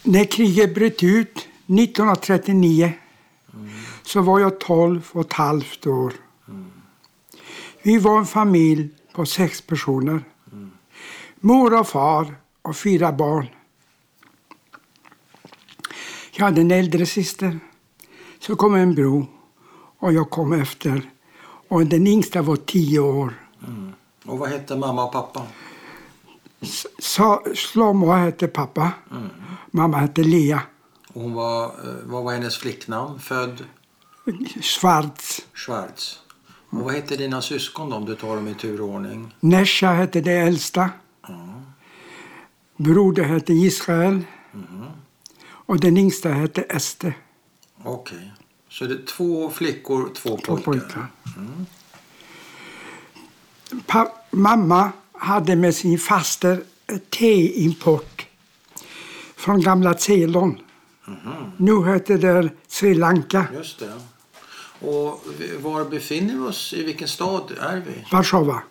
När kriget bröt ut 1939 så var jag 12,5 år. Vi var en familj på 6 personer. Mor och far och 4 barn. Jag hade en äldre syster. Så kom en bror och jag kom efter. Och den yngsta var 10 år. Och vad hette mamma och pappa? Shlomo hette pappa. Mamma hette Lea. Och hon vad var hennes flicknamn? Född? Schwarz. Och vad hette dina syskon då, om du tar dem i turordning? Nesha hette det äldsta. Broder hette Israel. Och den yngsta hette Ester. Okej. Så det är 2 flickor, 2 pojkar. Mamma hade med sin faster teimport från gamla Ceylon. Nu heter det Sri Lanka. Just det. Och var befinner vi oss? I vilken stad är vi? Warszawa.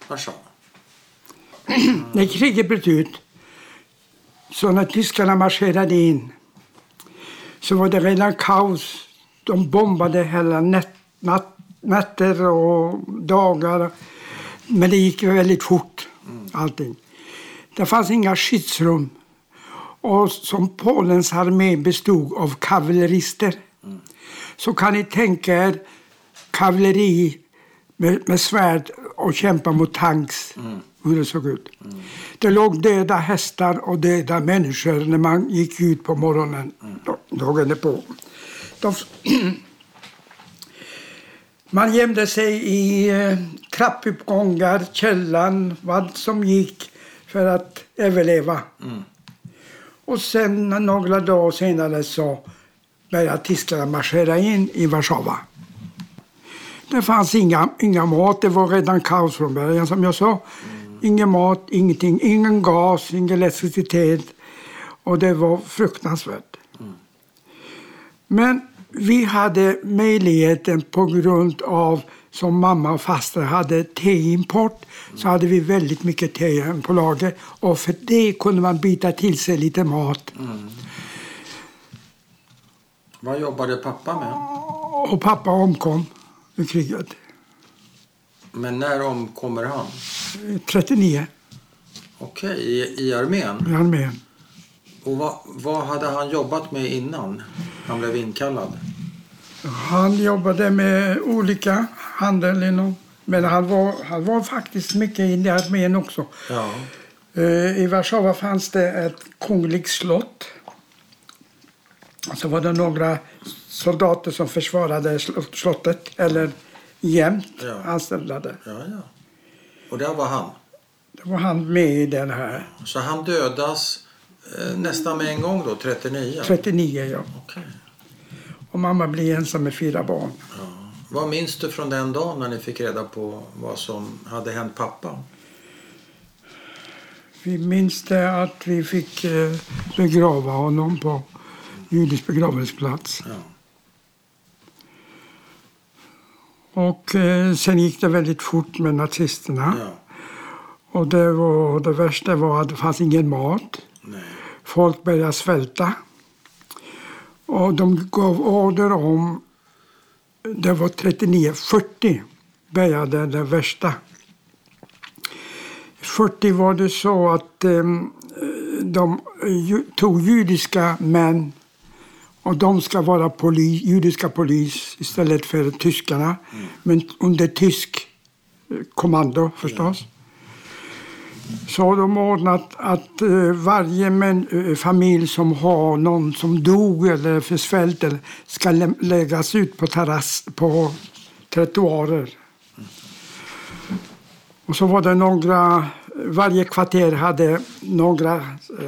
När kriget bröt ut, så när tyskarna marscherade in, så var det redan kaos. De bombade hela nätter och dagar. Men det gick väldigt fort, allting. Det fanns inga skyddsrum. Och som Polens armé bestod av kavallerister, så kan ni tänka er kavalleri med svärd och kämpa mot tanks. Hur det såg ut. Det låg döda hästar och döda människor när man gick ut på morgonen. Dagen på. Man gömde sig i trappuppgångar, källan, vad som gick för att överleva. Och sen några dagar senare så började tyskarna marschera in i Warszawa. Det fanns inga mat, det var redan kaos från början som jag sa. Ingen mat, ingenting, ingen gas, ingen elektricitet. Och det var fruktansvärt. Men vi hade möjligheten på grund av, som mamma och faster hade teimport, så hade vi väldigt mycket te på lager. Och för det kunde man byta till sig lite mat. Vad jobbade pappa med? Och pappa omkom i kriget. Men när omkommer han? 39. Okej, i armén? I armén. Och vad hade han jobbat med innan han blev inkallad? Han jobbade med olika handel inom. Men han var faktiskt mycket i armén också. Ja. I Warszawa fanns det ett kungligt slott. Så var det några soldater som försvarade slottet. Eller jämt anställda där. Ja. Och där var han? Det var han med i den här. Så han dödas nästan med en gång då, 39? 39, ja. Okej. Och mamma blev ensam med 4 barn. Ja. Vad minns du från den dagen när ni fick reda på vad som hade hänt pappa? Vi minns det att vi fick begrava honom på judisk begravningsplats. Ja. Och sen gick det väldigt fort med nazisterna. Ja. Och det värsta var att det fanns ingen mat. Nej. Folk började svälta. Och de gav order om, det var 39-40 började det värsta. 40 var det så att de tog judiska män och de ska vara judiska polis istället för tyskarna. Men under tysk kommando förstås. Så har de ordnat att varje familj som har någon som dog eller försvällt ska läggas ut på på trottoarer. Och så var det varje kvarter hade några,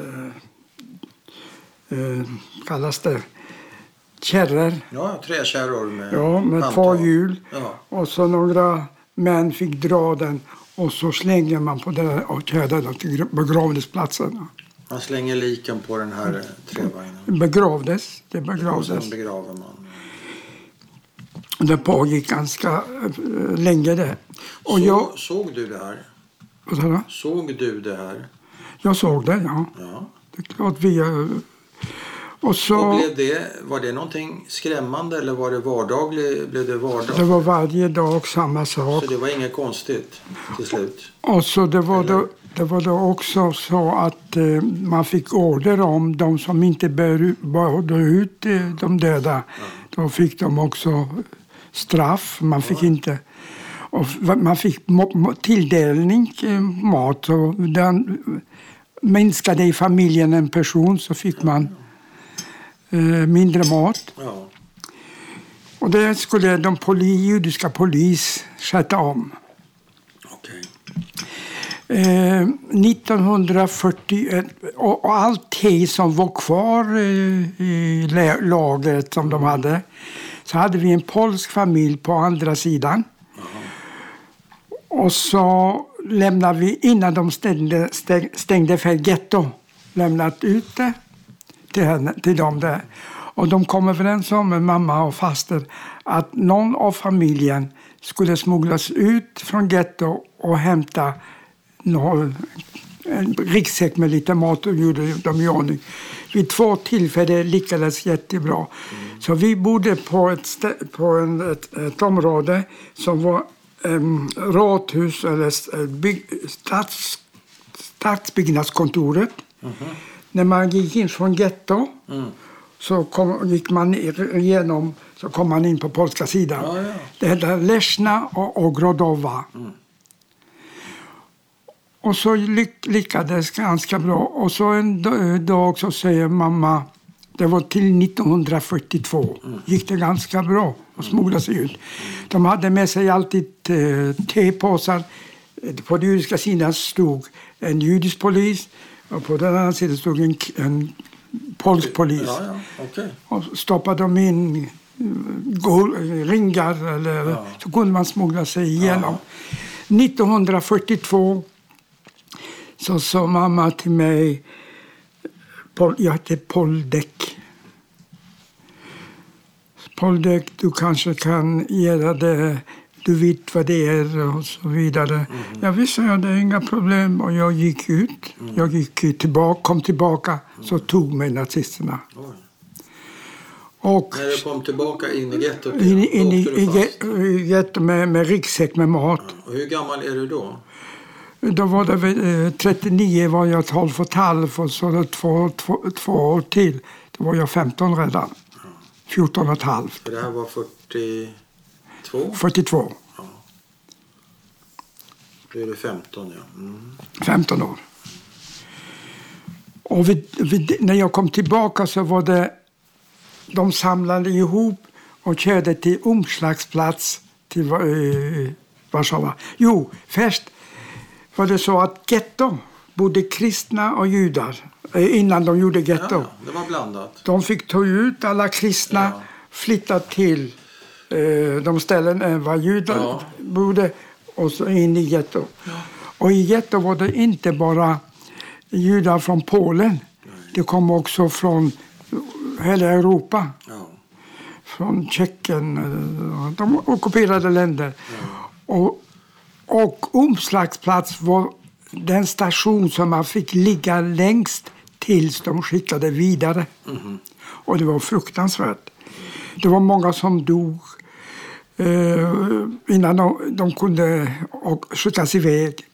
kallas det, kärror. Ja, 3 kärror med 2 hjul. Ja. Och så några män fick dra den. Och så slänger man på den och kör den till begravningsplatsen. Man slänger liken på den här trävagnen. Det begravdes. Och sen begraver man. Det pågick ganska länge det. Och såg du det här? Vad sa du? Såg du det här? Jag såg det, ja. Ja. Det är klart vi... Och så, var det någonting skrämmande eller var det vardagligt? Blev det vardag? det var varje dag samma sak. Så det var inget konstigt till slut? Och så det var då också så att man fick order om de som inte började ut de döda. Då fick de också straff. Man fick inte... Och man fick tilldelning mat. Och den minskade i familjen en person så fick man mindre mat. Ja. Och det skulle de judiska polis sätta om. Okej. 1941 och allt det som var kvar i lagret som de hade, så hade vi en polsk familj på andra sidan. Och så lämnade vi, innan de stängde för getto, lämnat ut det till dem där. Och de kom överens om med mamma och faster att någon av familjen skulle smugglas ut från getto och hämta en ryggsäck med lite mat och gjorde de i ordning. Vid 2 tillfällen lyckades jättebra. Så vi bodde på ett område som var rådhus eller stadsbyggnadskontoret. När man gick in från getto så gick man igenom, så kom man in på polska sidan. Det hette Leszna och Ogrodowa. Och så lyckades ganska bra. Och så en dag så säger mamma, det var till 1942, gick det ganska bra att smuggla sig ut. De hade med sig alltid tepåsar. På den judiska sidan stod en judisk polis och på den andra sidan stod en polsk polis. Okay. Och stoppade de in ringar eller så kunde man smuggla sig igenom. 1942 så sa mamma till mig, jag heter Poldek. Poldek, du kanske kan göra det, du vet vad det är och så vidare. Jag visste att det är inga problem och jag gick ut. Jag gick tillbaka, kom tillbaka, så tog mig nazisterna. Och när du kom tillbaka in i gettot? In i gettot med ryggsäck med mat. Och hur gammal är du då? Då var det 39, var jag 12,5 och så 2 år till. Då var jag 15 redan. 14,5. För det här var 42? 42. Ja. Då är du 15, 15 år. Och när jag kom tillbaka så var det, de samlade ihop och körde till omslagsplats till Warszawa. Jo, först var det så att getto bodde kristna och judar innan de gjorde getto. Ja, det var blandat. De fick ta ut alla kristna, flytta till de ställen var judar bodde och så in i getto. Ja. Och i getto var det inte bara judar från Polen. Nej. Det kom också från hela Europa. Ja. Från Tjeckien, de ockuperade länder. Ja. Och omslagsplats var den station som man fick ligga längst tills de skickade vidare. Och det var fruktansvärt. Det var många som dog innan de kunde skickas iväg.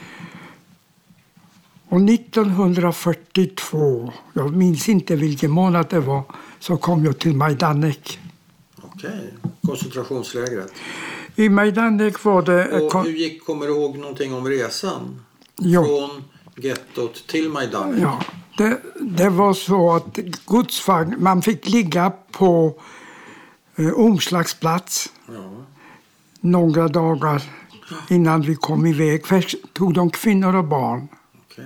Och 1942, jag minns inte vilken månad det var, så kom jag till Majdanek. Okej, koncentrationslägret. I Majdanek var det... Och kommer du ihåg någonting om resan? Ja. Från gettot till Majdanek? Ja, det var så att godsvagn, man fick ligga på omslagsplats några dagar innan vi kom iväg. Först tog de kvinnor och barn. Okay.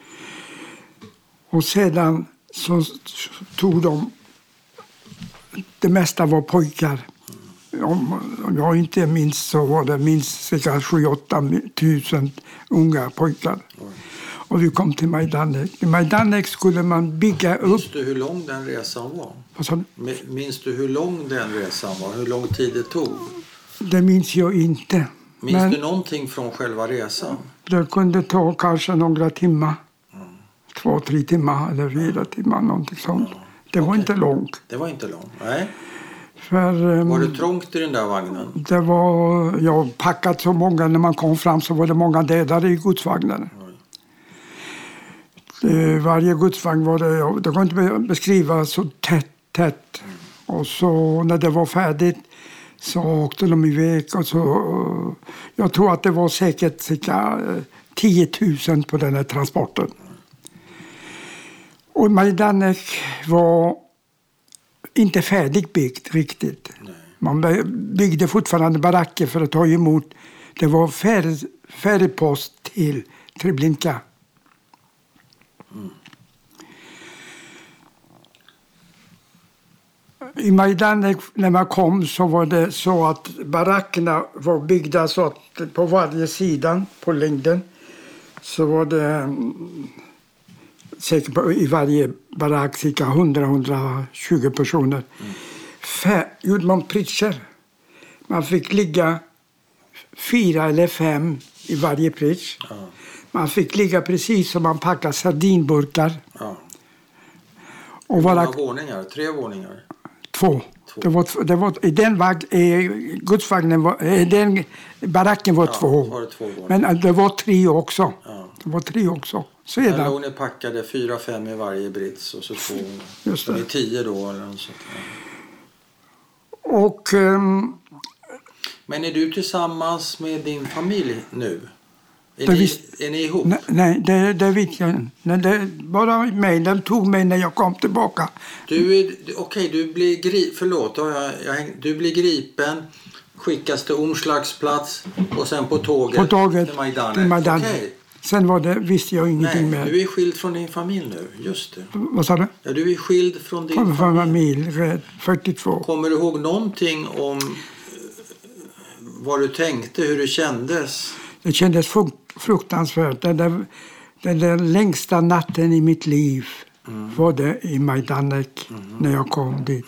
Och sedan så tog de, det mesta var pojkar. Om jag inte minns så var det minst cirka 7-8 000 unga pojkar. Och vi kom till Majdanek. I Majdanek skulle man bygga upp... Minns du hur lång den resan var? Minns du hur lång den resan var? Hur lång tid det tog? Det minns jag inte. Minns du någonting från själva resan? Det kunde ta kanske några timmar. 2-3 timmar eller 4 timmar, någonting sånt. Det var inte långt. Det var inte långt, nej. För, var det trångt i den där vagnen? Det var, jag packat så många, när man kom fram så var det många dödade i godsvagnen. Varje godsvagn var det kan inte beskriva så tätt. Och så när det var färdigt så åkte de iväg. Och så, jag tror att det var säkert cirka 10 000 på den här transporten. Och Majdanek var inte färdigbyggd riktigt. Nej. Man byggde fortfarande baracker för att ta emot. Det var färdigpost till Treblinka. I Majdanek när man kom så var det så att barackerna var byggda så att på varje sida på längden så var det säkert i varje barack cirka 100-120 personer. Gjorde man pritcher. Man fick ligga 4 eller 5 i varje pritch. Man fick ligga precis som man packade sardinburkar. Och många våningar? 3 våningar? 2. Det var i den godsvagnen den baracken var 2. Var det 2 men det var 3 också. Det var 3 också. Sedan låg ni packade 4-5 i varje brits och så 2. Just det. 10 då eller så. Och men är du tillsammans med din familj nu? Är ni ihop? Nej, det vet jag inte. Bara mig, den tog mig när jag kom tillbaka. Du blir gripen, skickas till Omslagsplats och sen på tåget till Majdanek. Okay. Sen visste jag ingenting mer. Du är skild från din familj nu, just det. Vad sa du? Ja, du är skild från din familj, 42. Kommer du ihåg någonting om vad du tänkte, hur det kändes? Det kändes fruktansvärt. Den där längsta natten i mitt liv var det i Majdanek när jag kom dit.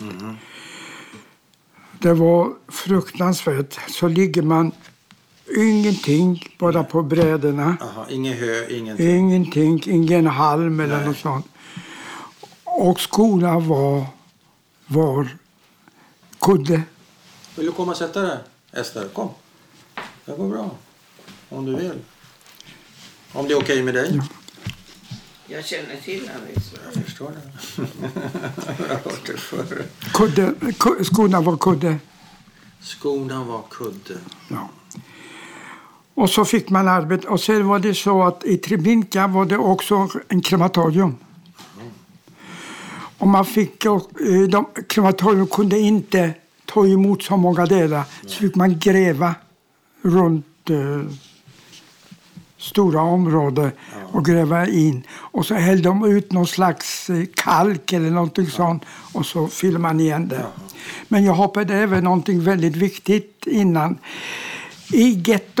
Det var fruktansvärt. Så ligger man ingenting bara på brädorna. Ingen hö, ingenting. Ingen halm eller något sånt. Och skolan var kudde. Vill du komma och sätta dig, Ester? Kom. Det går bra. Om du vill. Om det är okej med dig. Ja. Jag känner till det. Jag förstår det. Jag har hört det förr. Skorna var kudde. Skorna var kudde. Ja. Och så fick man arbete. Och sen var det så att i Treblinka var det också en krematorium. Och man fick... krematorium kunde inte ta emot så många delar. Så fick man gräva runt stora områden och gräva in. Och så hällde de ut någon slags kalk eller någonting sånt. Och så fyllde man igen det. Men jag hoppade även någonting väldigt viktigt innan. I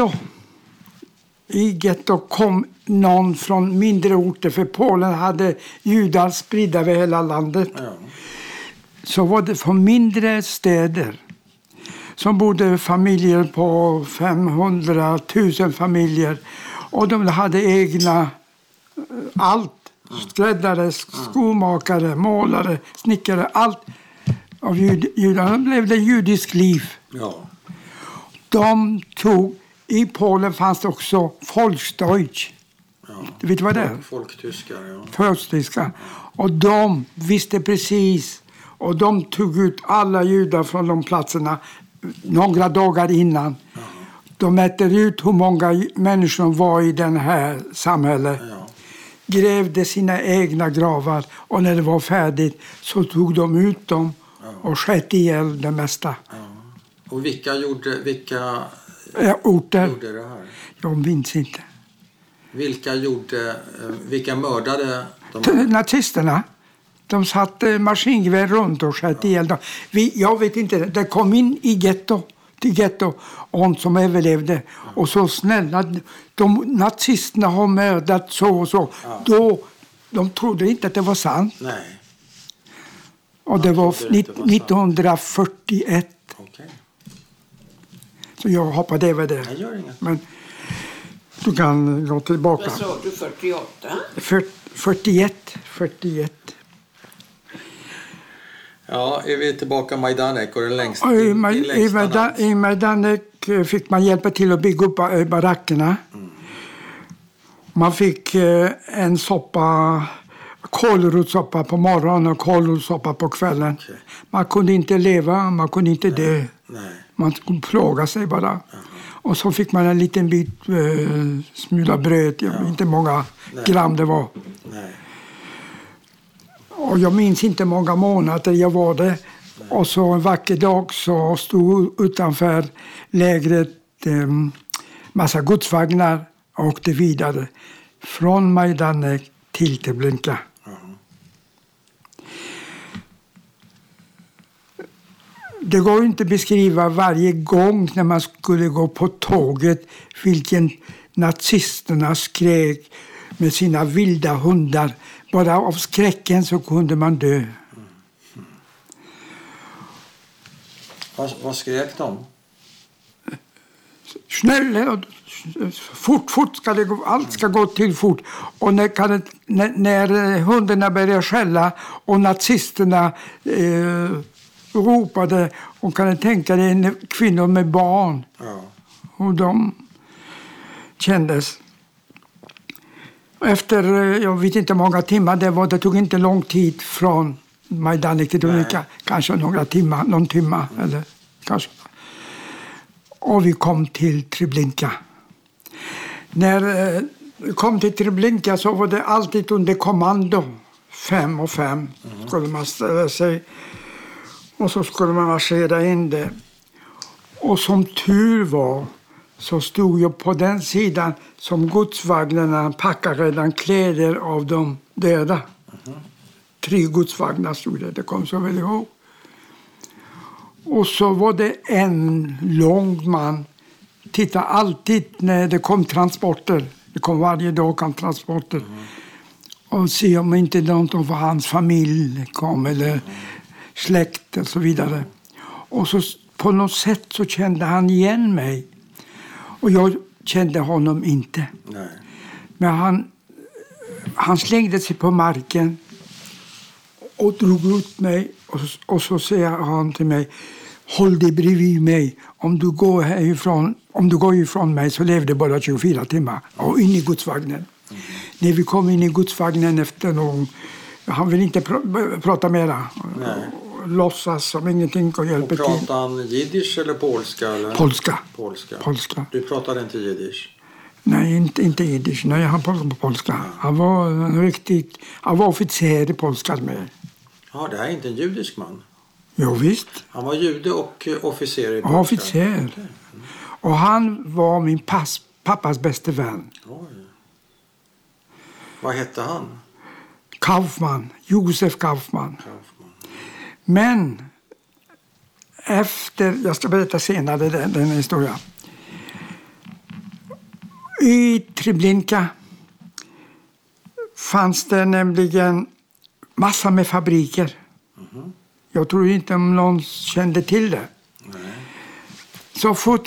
getto kom någon från mindre orter. För Polen hade judar spridda över hela landet. Så var det från mindre städer. Som bodde familjer på 500 000 familjer. Och de hade egna allt. Skräddare, skomakare, målare, snickare. Allt av judarna. De levde judisk liv. Ja. De tog... I Polen fanns det också Volksdeutsch. Du vet vad det är? Folktyskar, Folktyskar. Och de visste precis. Och de tog ut alla judar från de platserna några dagar innan. De mätte ut hur många människor var i den här samhället. Grävde sina egna gravar. Och när det var färdigt så tog de ut dem och sköt ihjäl det mesta. Och vilka orter. Gjorde det här? Jag minns inte. Vilka mördade nazisterna? De satte maskingevär runt och sköt ihjäl dem. Jag vet inte, det kom in i getto och som överlevde. Och så snälla, nazisterna har mördat så och så. Då, de trodde inte att det var sant. Nej. Och det var 1941. Okej. Så jag hoppade över det. Jag gör inget. Men du kan gå tillbaka. Vad sa du, 48? 41. Ja, är vi tillbaka i Majdanek och den längsta I Majdanek fick man hjälpa till att bygga upp barackerna. Man fick en soppa, kålrotssoppa på morgonen och kålrotssoppa på kvällen. Okay. Man kunde inte leva, man kunde inte dö. Nej. Man skulle plåga sig bara. Och så fick man en liten bit smula bröd. Jag vet inte många gram det var. Nej. Och jag minns inte många månader jag var där. Och så en vacker dag så stod utanför lägret massa godsvagnar och åkte vidare från Majdanek till Treblinka. Det går inte att beskriva varje gång när man skulle gå på tåget vilken nazisterna skrek med sina vilda hundar. Bara av skräcken så kunde man dö. Vad skrek de? Snälla, fort ska det gå, allt ska gå till fort. Och när hundarna började skälla och nazisterna ropade, och kan tänka dig kvinnor med barn. Ja. Och de kändes. Efter, jag vet inte många timmar, det tog inte lång tid från Majdanek till Treblinka. Kanske någon timma eller kanske. Och vi kom till Treblinka. När vi kom till Treblinka så var det alltid under kommando. 5 och 5 skulle man ställa sig. Och så skulle man marschera in det. Och som tur var så stod jag på den sidan som godsvagnarna packade redan kläder av de döda. 3 godsvagnar stod det kom så väl ihåg. Och så var det en lång man. Titta alltid när det kom transporter. Det kom varje dag kom transporter. Och se om inte någon av hans familj kom eller släkt och så vidare. Och så på något sätt så kände han igen mig. Och jag kände honom inte. Nej. Men han slängde sig på marken och drog ut mig. Och så säger han till mig: håll dig bredvid mig. Om du går ifrån mig så lever det bara 24 timmar. Och in i godsvagnen. När vi kom in i godsvagnen efter någon... Han vill inte prata mera. Nej. Låtsas som ingenting och hjälper till. Pratade han jiddisch eller polska? Eller? Polska. Du pratade inte jiddisch? Nej, inte jiddisch. Nej, han pratade på polska. Han var officer i polska med. Ja, det här är inte en judisk man. Jo, visst. Han var jude och officer i polska. Officer. Okay. Och han var min pappas bästa vän. Oj. Vad hette han? Kaufman. Josef Kaufman. Men jag ska berätta senare den historien. I Treblinka fanns det nämligen massa med fabriker. Jag tror inte om någon kände till det. Nej. Så fort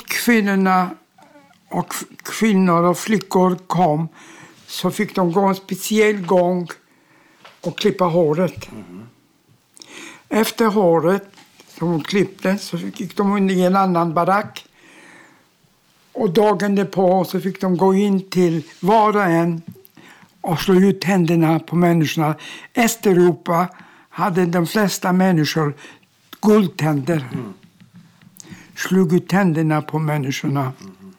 kvinnor och flickor kom så fick de gå en speciell gång och klippa håret. Efter håret som de klippte så gick de in i en annan barack. Och dagen därpå så fick de gå in till var och en och slå ut händerna på människorna. Östeuropa hade de flesta människor guldtänder. Slog ut händerna på människorna.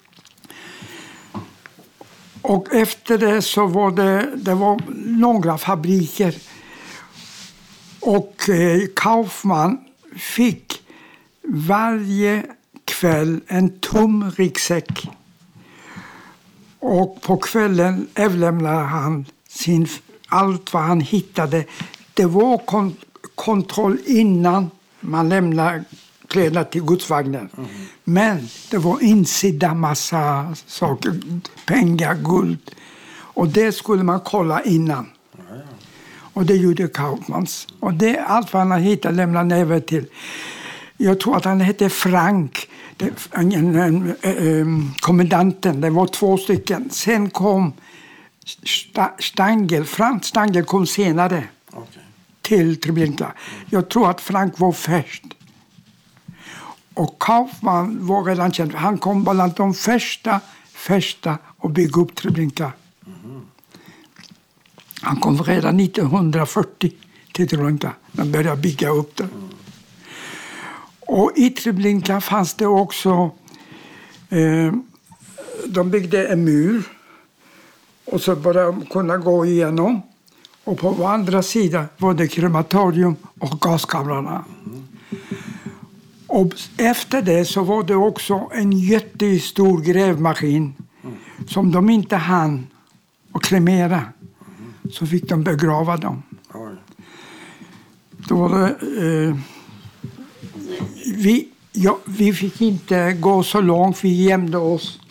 Och efter det så var det var några fabriker. Och Kaufman fick varje kväll en tom ryggsäck. Och på kvällen överlämnade han allt vad han hittade. Det var kontroll innan man lämnade kläderna till godsvagnen. Men det var insidda massa saker, pengar, guld. Och det skulle man kolla innan. Och det gjorde Kaufmans. Och allt vad han hittade lämnade han över till. Jag tror att han hette Frank, kommendanten. Det var 2 stycken. Sen kom Stangl. Frans Stangl kom senare till Treblinka. Jag tror att Frank var först. Och Kaufmann var redan känd. Han kom bland de första att bygga upp Treblinka. Han kom redan 1940 till Treblinka. De började bygga upp det. Och i Treblinka fanns det också... de byggde en mur. Och så bara kunna gå igenom. Och på andra sidan var det krematorium och gaskamrarna. Och efter det så var det också en jättestor grävmaskin som de inte hann att kremera. Så fick de begrava dem. Då var det, vi fick inte gå så långt, vi gömde oss.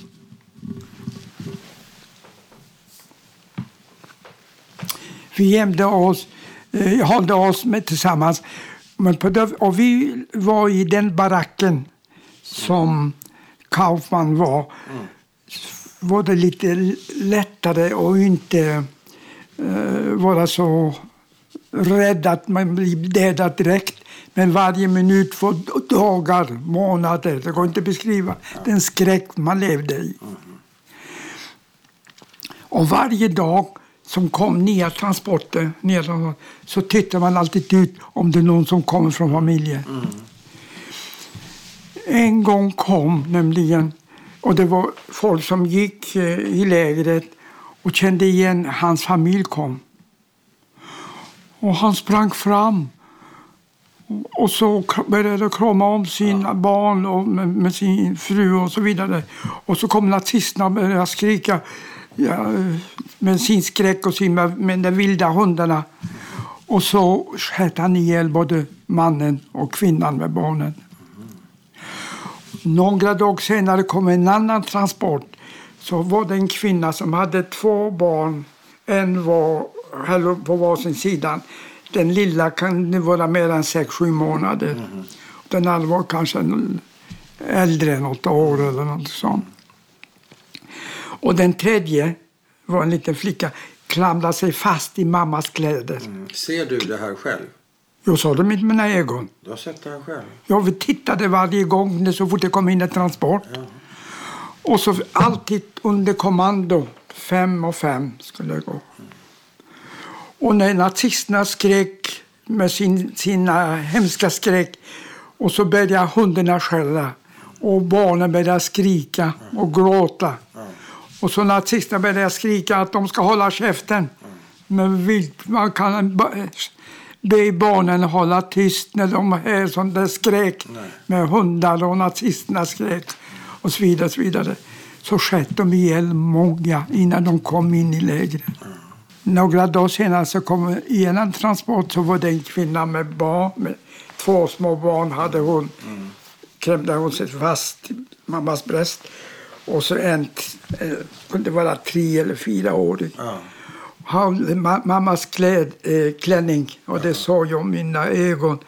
Vi gömde oss, hållde oss med tillsammans. Men och vi var i den baracken som Kaufmann var. Var det lite lättare och inte vara så rädd att man blir dödad direkt. Men varje minut för dagar, månader, det går inte att beskriva den skräck man levde i. Och varje dag som kom nya transporter så tittar man alltid ut om det är någon som kommer från familjen. En gång kom nämligen, och det var folk som gick i lägret och kände igen hans familj kom. Och han sprang fram och så började krama om sina barn och med sin fru och så vidare. Och så kom nazisterna och började skrika med sin skräck och med de vilda hundarna. Och så sköt han ihjäl både mannen och kvinnan med barnen. Några dagar senare kom en annan transport. Så var det en kvinna som hade 2 barn. En var på varsin sida. Den lilla kan vara mer än 6-7 månader. Den andra var kanske äldre än 8 år eller något sånt. Och den tredje var en liten flicka. Klamrade sig fast i mammas kläder. Ser du det här själv? Jag såg det med mina ögon. Du har sett det här själv? Jag tittade varje gång så fort det kom in en transport. Och så alltid under kommando. 5 och 5 skulle det gå. Och när nazisterna skrek med sina hemska skräck. Och så började hundarna skälla. Och barnen började skrika och gråta. Och så nazisterna började skrika att de ska hålla käften. Men man kan be barnen hålla tyst när de hör som det skrek. Med hundar och nazisterna skrek. Och så vidare, så vidare. Så sköt de ihjäl många innan de kom in i lägret. Några dagar senare så kom i en transport så var det en kvinna med barn. Med 2 små barn hade hon. Klämde hon sig fast i mammas bröst. Och så kunde vara 3 eller 4 år. Mammas klänning. Och det såg jag mina ögon.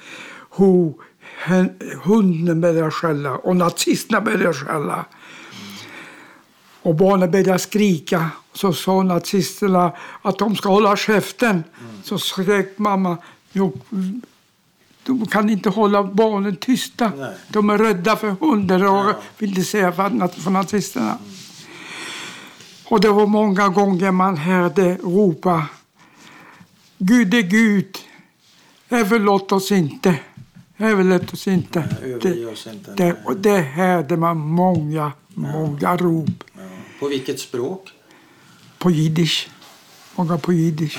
Hunden började skälla. Och nazisterna började skälla. Och barnen började skrika. Så sa nazisterna att de ska hålla käften. Så skrek mamma. De kan inte hålla barnen tysta. Nej. De är rädda för hundar och vill det säga för nazisterna. Och det var många gånger man hörde ropa. Gud är Gud. Överlåt oss inte. Överlåt oss inte. Och det hörde man många rop. Ja. På vilket språk? På jiddisch. Många på jiddisch.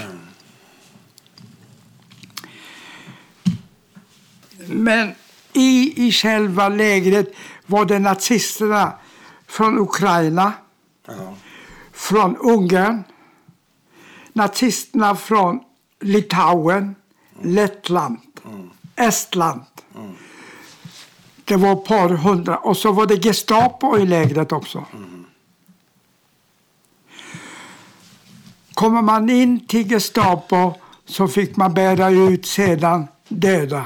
Men i själva lägret var det nazisterna från Ukraina, från Ungern, nazisterna från Litauen, Lettland, Estland. Det var ett par hundra. Och så var det Gestapo i lägret också. Kommer man in till Gestapo så fick man bära ut sedan döda.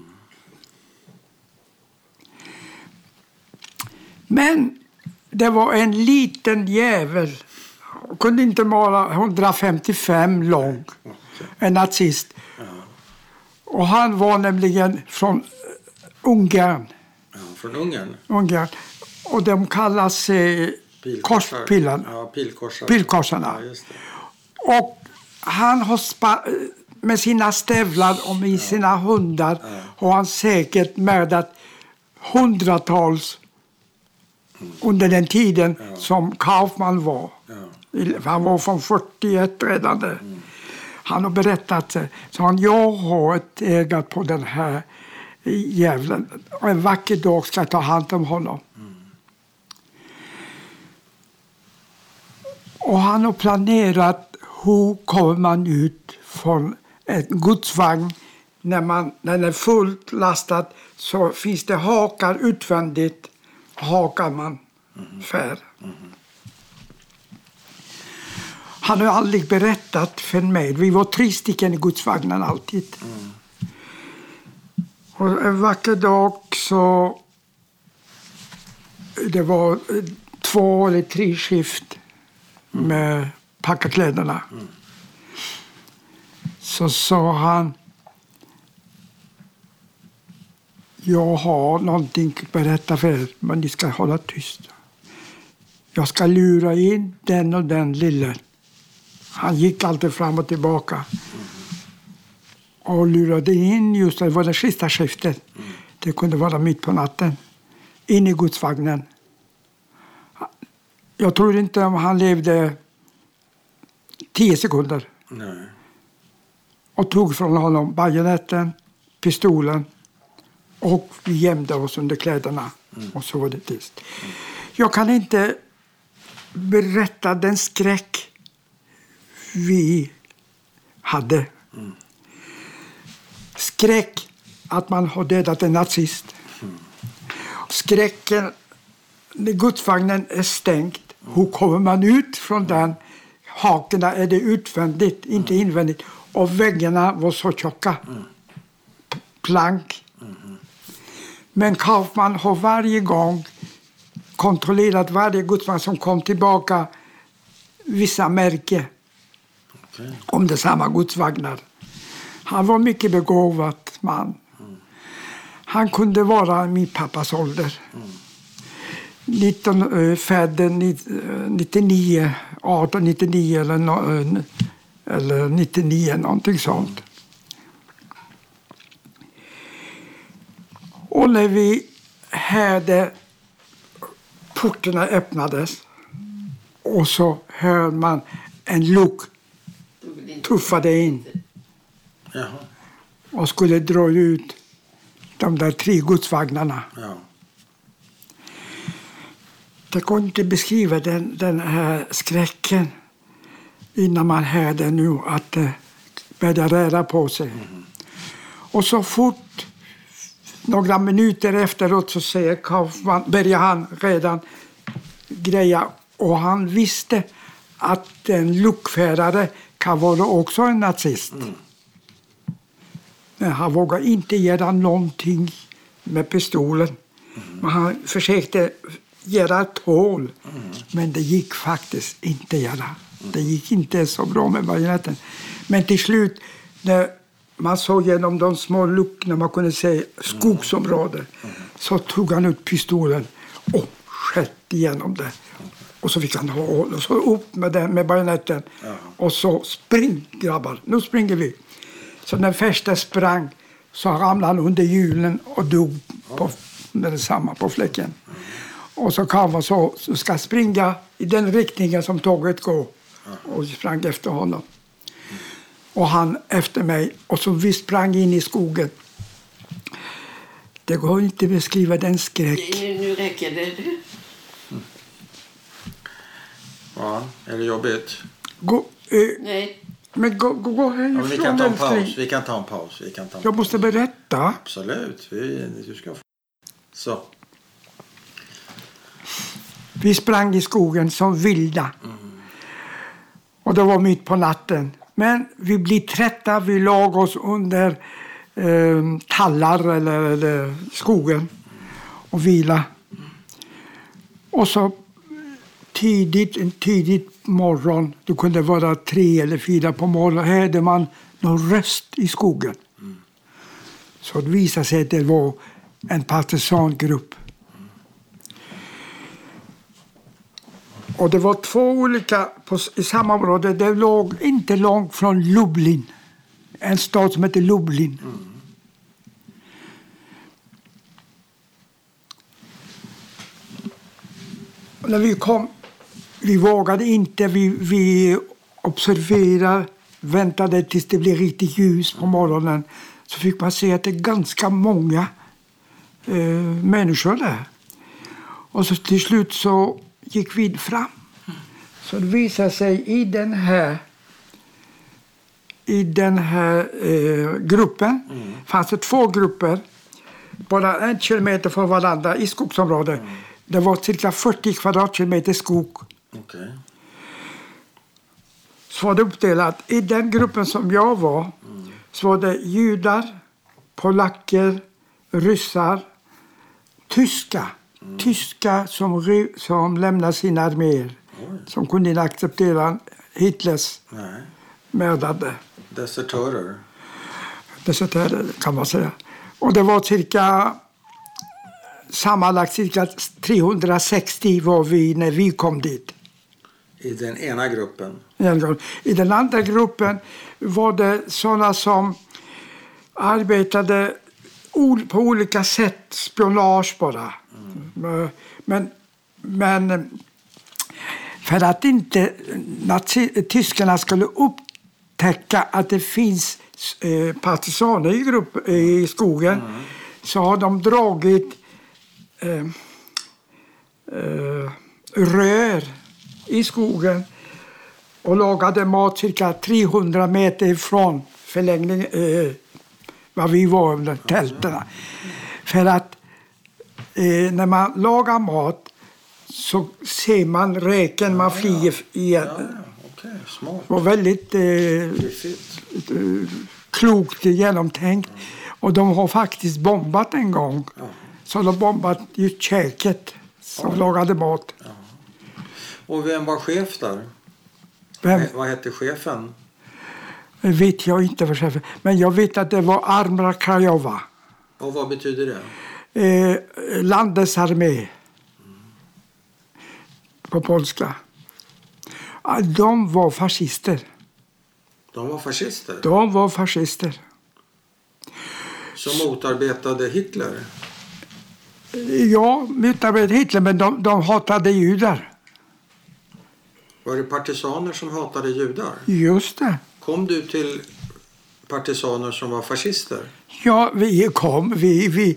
Men det var en liten jävel. Kunde inte vara 155 lång. En nazist. Och han var nämligen från Ungern. Ja, från Ungern. Ungern. Och de kallas korspillan. Ja, pilkorsarna. Ja, just det. Och han har med sina stövlar och med sina hundar har han säkert mördat hundratals under den tiden som Kaufman var. Han var från 41 redan. Han har berättat, så jag har ett öga på den här jävlen. Och en vacker dag ska jag ta hand om honom. Och han har planerat hur kommer man ut från en godsvagn. När den är fullt lastad så finns det hakar utvändigt. Hakar man för. Han har aldrig berättat för mig. Vi var 3 stycken i godsvagnen alltid. Och en vacker dag så det var 2 eller 3 skift med packa kläderna. Så sa han, jag har någonting att berätta för er, men ni ska hålla tyst. Jag ska lura in den och den lille. Han gick alltid fram och tillbaka. Och lurade in just det var det sista skiftet. Det kunde vara mitt på natten. In i godsvagnen. Jag tror inte om han levde 10 sekunder. Nej. Och tog från honom bajonetten, pistolen. Och vi gömde oss under kläderna. Och så var det tyst. Jag kan inte berätta den skräck vi hade. Skräck att man har dödat en nazist. Skräcken när godsvagnen är stängt. Hur kommer man ut från den? Hakorna är det utvändigt, inte invändigt. Och väggarna var så tjocka. Plank. Men Kaufman har varje gång kontrollerat varje godsvagn som kom tillbaka vissa märken. Om det samma godsvagnar. Han var mycket begåvad man. Han kunde vara min pappas ålder. 99, 1899 eller 99, någonting sånt. Och när vi hörde portarna öppnades och så hör man en lok tuffade in. Jaha. Och skulle dra ut de där 3 godsvagnarna. Ja. Det går inte beskriva den här skräcken innan man hörde nu att det började röra på sig. Och så fort, några minuter efteråt, så säger Kaufman, börjar han redan greja. Och han visste att en lokförare kan vara också en nazist. Men han vågade inte göra någonting med pistolen. Men han försökte göra ett hål. Men det gick faktiskt inte göra. Det gick inte så bra med bajonetten. Men till slut, när man såg genom de små luckorna, man kunde se skogsområden, så tog han ut pistolen och sköt igenom det. Och så fick han hål och så upp med bajonetten. Och så spring grabbar, nu springer vi. Så den första sprang, så ramlade han under hjulen och dog med detsamma på fläcken. Och så kan man så ska springa i den riktningen som tåget går. Och sprang efter honom. Och han efter mig. Och så vi sprang in i skogen. Det går inte att beskriva den skräck. Nu räcker det. Ja, är det jobbigt? Nej. Men gå härifrån. Ja, vi kan ta en paus. Vi kan ta en paus. Jag måste berätta. Absolut. Du ska få. Så. Vi sprang i skogen som vilda. Och det var mitt på natten. Men vi blev trötta. Vi låg oss under tallar eller skogen och vila. Och så tidigt morgon, det kunde vara 3 eller 4 på morgonen, hörde man någon röst i skogen. Så det visade sig att det var en partisangrupp. Och det var 2 olika i samma område. Det låg inte långt från Lublin. En stad som heter Lublin. Och när vi kom, vi vågade inte, vi observerade, väntade tills det blev riktigt ljus på morgonen. Så fick man se att det är ganska många människor där. Och så till slut så gick vi fram. Så det visade sig i den här gruppen fanns det 2 grupper. Bara 1 kilometer från varandra i skogsområdet. Det var cirka 40 kvadratkilometer skog. Okay. Så var det uppdelat. I den gruppen som jag var så var det judar, polacker, ryssar, tyskar som lämnade sina arméer. Som kunde inte acceptera Hitlers mördade. Desertörer kan man säga. Och det var sammanlagt cirka 360 var vi när vi kom dit. I den ena gruppen? I den andra gruppen var det sådana som arbetade på olika sätt, spionage bara. Men för att inte tyskarna skulle upptäcka att det finns partisaner i skogen så har de dragit rör i skogen och lagade mat cirka 300 meter ifrån förlängning var vi var under tälterna. För att när man lagar mat så ser man räken, man flyger igen. Okay, smart. Det var väldigt klokt genomtänkt. Och de har faktiskt bombat en gång. Så de bombat just köket som lagade mat. Och vem var chef där? Vad hette chefen? Det vet jag inte vad chefen. Men jag vet att det var Armia Krajowa. Och vad betyder det? Landets armé. På polska. De var fascister. De var fascister? De var fascister. Som motarbetade Hitler? Ja, motarbetade Hitler, men de hatade judar. Var det partisaner som hatade judar? Just det. Kom du till partisaner som var fascister? Ja, vi kom. Vi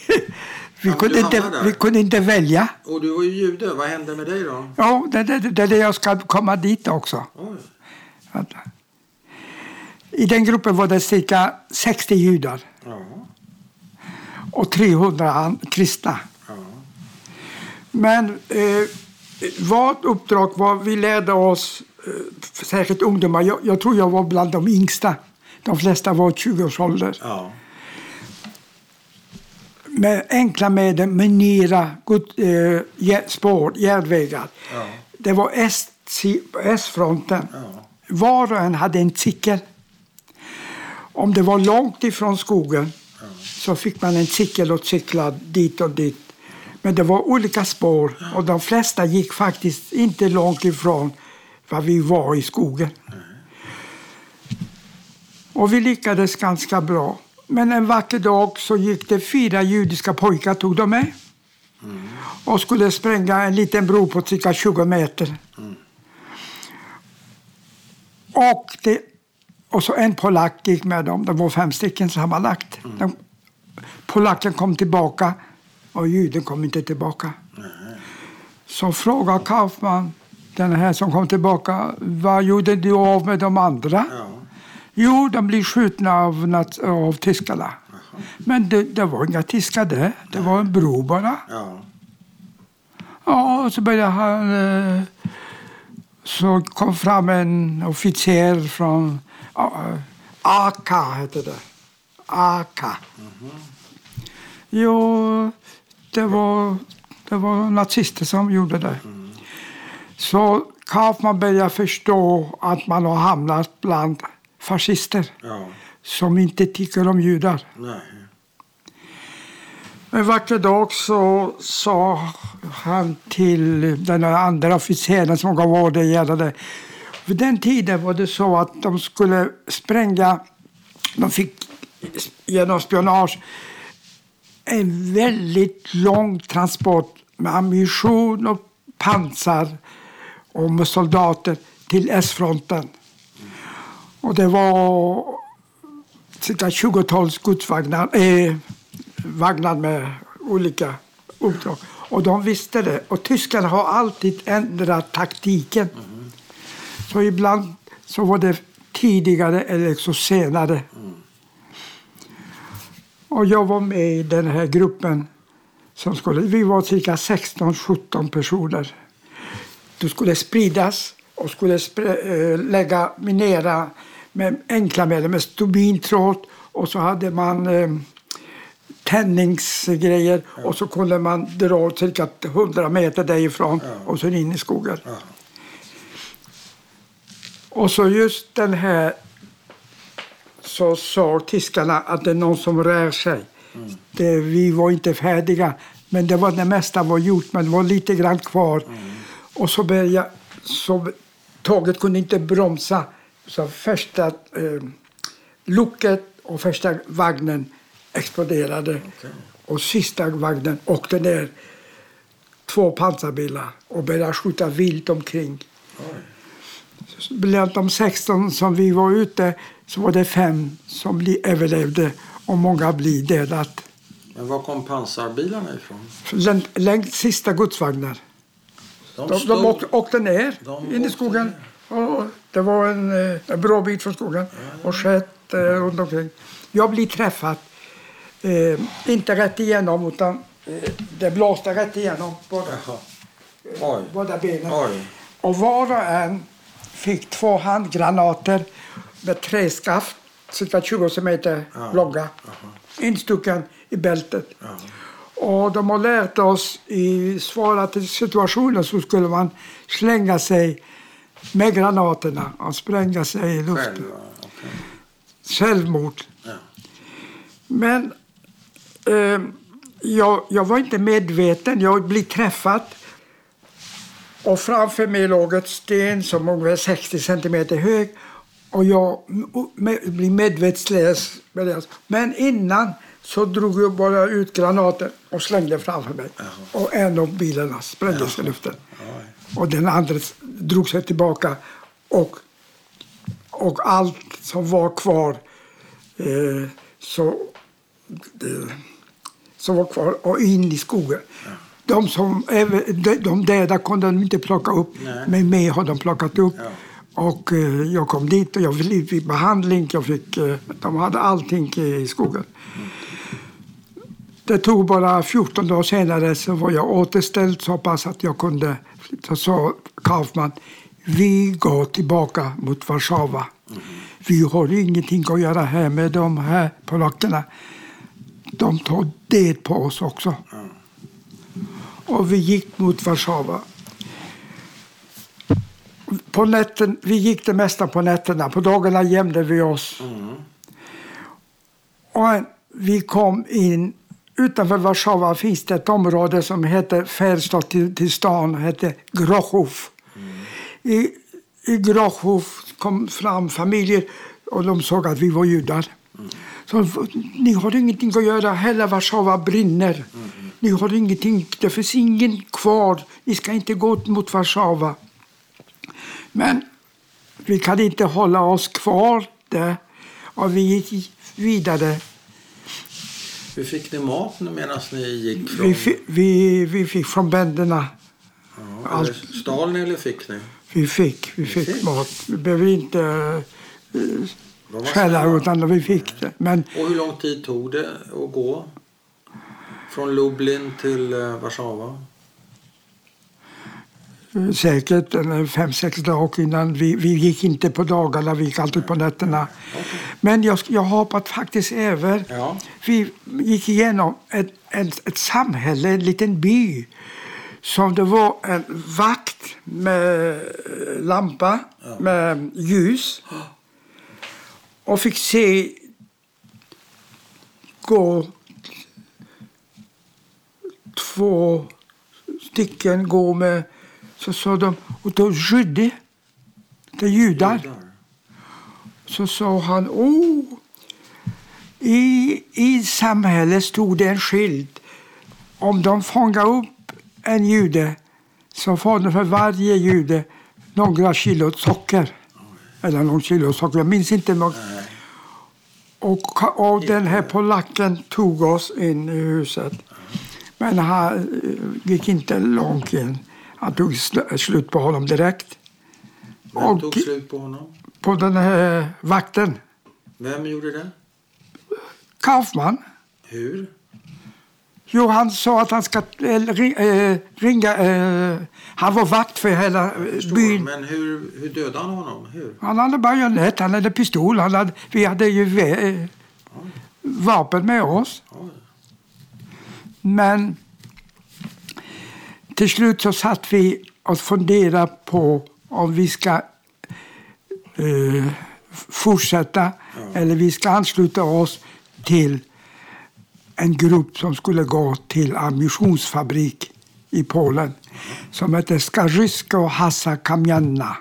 kunde inte välja. Och du var ju jude. Vad hände med dig då? Ja, det är det jag ska komma dit också. Oj. I den gruppen var det cirka 60 judar. Ja. Och 300 kristna. Ja. Men vårt uppdrag var, vi lärde oss, särskilt ungdomar, jag tror jag var bland de yngsta. De flesta var 20-årsålder. Ja. Med enkla medel, minera spår, järnvägar. Ja. Det var S-fronten. Ja. Var och en hade en cykel. Om det var långt ifrån skogen så fick man en cykel och cykla dit och dit. Men det var olika spår och de flesta gick faktiskt inte långt ifrån var vi var i skogen. Och vi lyckades ganska bra. Men en vacker dag så gick det 4 judiska pojkar, tog de med. Och skulle spränga en liten bro på cirka 20 meter. Och så en polack gick med dem. Det var 5 stycken sammanlagt. Polacken kom tillbaka och juden kom inte tillbaka. Så frågade Kaufman, den här som kom tillbaka, vad gjorde du av med de andra? Ja. Jo, de blev skjutna av tyskarna. Men det var inga tyskar där. Det var en bro bara. Ja. Ja, och så började han... Så kom fram en officer från AK hette det. AK. Jo, det var nazister som gjorde det. Så Kaufman började förstå att man har hamnat bland fascister som inte tycker om judar. Nej. En vacker dag så sa han till den andra officeren som gav det gällande. För den tiden var det så att de skulle spränga, de fick genom spionage en väldigt lång transport med ammunition och pansar och med soldater till S-fronten. Och det var cirka 20-tals godsvagnar vagnar med olika uppdrag. Och de visste det. Och tyskarna har alltid ändrat taktiken. Så ibland så var det tidigare eller så senare. Och jag var med i den här gruppen. Vi var cirka 16-17 personer. Det skulle spridas och skulle minera med enkla medel, med stubintråd. Och så hade man tändningsgrejer och så kunde man dra cirka 100 meter därifrån och så in i skogen. Och så just den här så sa tyskarna att det är någon som rör sig. Vi var inte färdiga, men det mesta var gjort, men det var lite grann kvar. Och så tåget kunde inte bromsa. Så första loket och första vagnen exploderade. Och sista vagnen åkte ner 2 pansarbilar och började skjuta vilt omkring. Bland de 16 som vi var ute så var det 5 som överlevde och många blev dödat. Men var kom pansarbilarna ifrån? Längst sista godsvagnar. De åkte ner in i skogen. Och det var en bra bit från skogen och skett runt omkring. Jag blev träffad. Inte rätt igenom utan det blåste rätt igenom båda benen. Och var och en fick 2 handgranater med träskaft, cirka 20 cm långa, instucken i bältet. Och de har lärt oss i svåra situationer så skulle man slänga sig med granaterna och spränga sig i luften. Självmord. Men jag var inte medveten. Jag blev träffad. Och framför mig låg ett sten som var 60 centimeter hög. Och jag blev medvetslös. Men innan så drog jag bara ut granater och slängde framför mig. Och en av bilarna sprängdes i luften. Och den andra drog sig tillbaka. Och allt som var kvar så var kvar och in i skogen. De döda kunde de inte plocka upp. Men mig har de plockat upp. Och jag kom dit och jag fick behandling. De hade allting i skogen. Det tog bara 14 dagar senare så var jag återställd så pass att jag kunde. Så sa Kaufman, vi går tillbaka mot Warszawa. Vi har ingenting att göra här med de här polackerna. De tar det på oss också. Och vi gick mot Warszawa. På natten, vi gick det mesta på nätterna. På dagarna gömde vi oss. Och vi kom in. Utanför Warszawa finns det ett område som heter färdstad till stan. Heter Grochów. I Grochów kom fram familjer och de såg att vi var judar. Så ni har ingenting att göra. Hela Warszawa brinner. Ni har ingenting. Det finns ingen kvar. Ni ska inte gå mot Warszawa. Men vi kan inte hålla oss kvar där. Och vi gick vidare. Hur fick ni mat medan ni gick från? Vi fick från bänderna. Stal ni eller fick ni? Vi fick mat. Vi behövde inte skälla utan vi fick det. Men, och hur lång tid tog det att gå? Från Lublin till Warszawa? Säkert 5-6 dagar innan. Vi gick inte på dagarna, vi gick alltid på nätterna. Men jag hoppat faktiskt över. Vi gick igenom ett samhälle, en liten by. Som det var en vakt med lampa, med ljus. Och fick se gå 2 stycken gå med, så sa de, och då judde, det är judar. Så sa han, i samhället stod det en skylt. Om de fångar upp en jude så får de för varje jude några kilo socker. Eller någon kilo socker, jag minns inte. Och den här polacken tog oss in i huset. Men han gick inte långt in. Han tog slut på honom direkt. Vem tog slut på honom? På den här vakten. Vem gjorde det? Kaufman. Hur? Jo, han sa att han ska ringa. Han var vakt för hela byn. Men hur dödade han honom? Hur? Han hade bajonett, han hade pistol. Vi hade ju vapen med oss. Men till slut så satt vi och funderade på om vi ska fortsätta eller vi ska ansluta oss till en grupp som skulle gå till ammunitionsfabrik i Polen som heter Skarżysko Hasa Kamienna.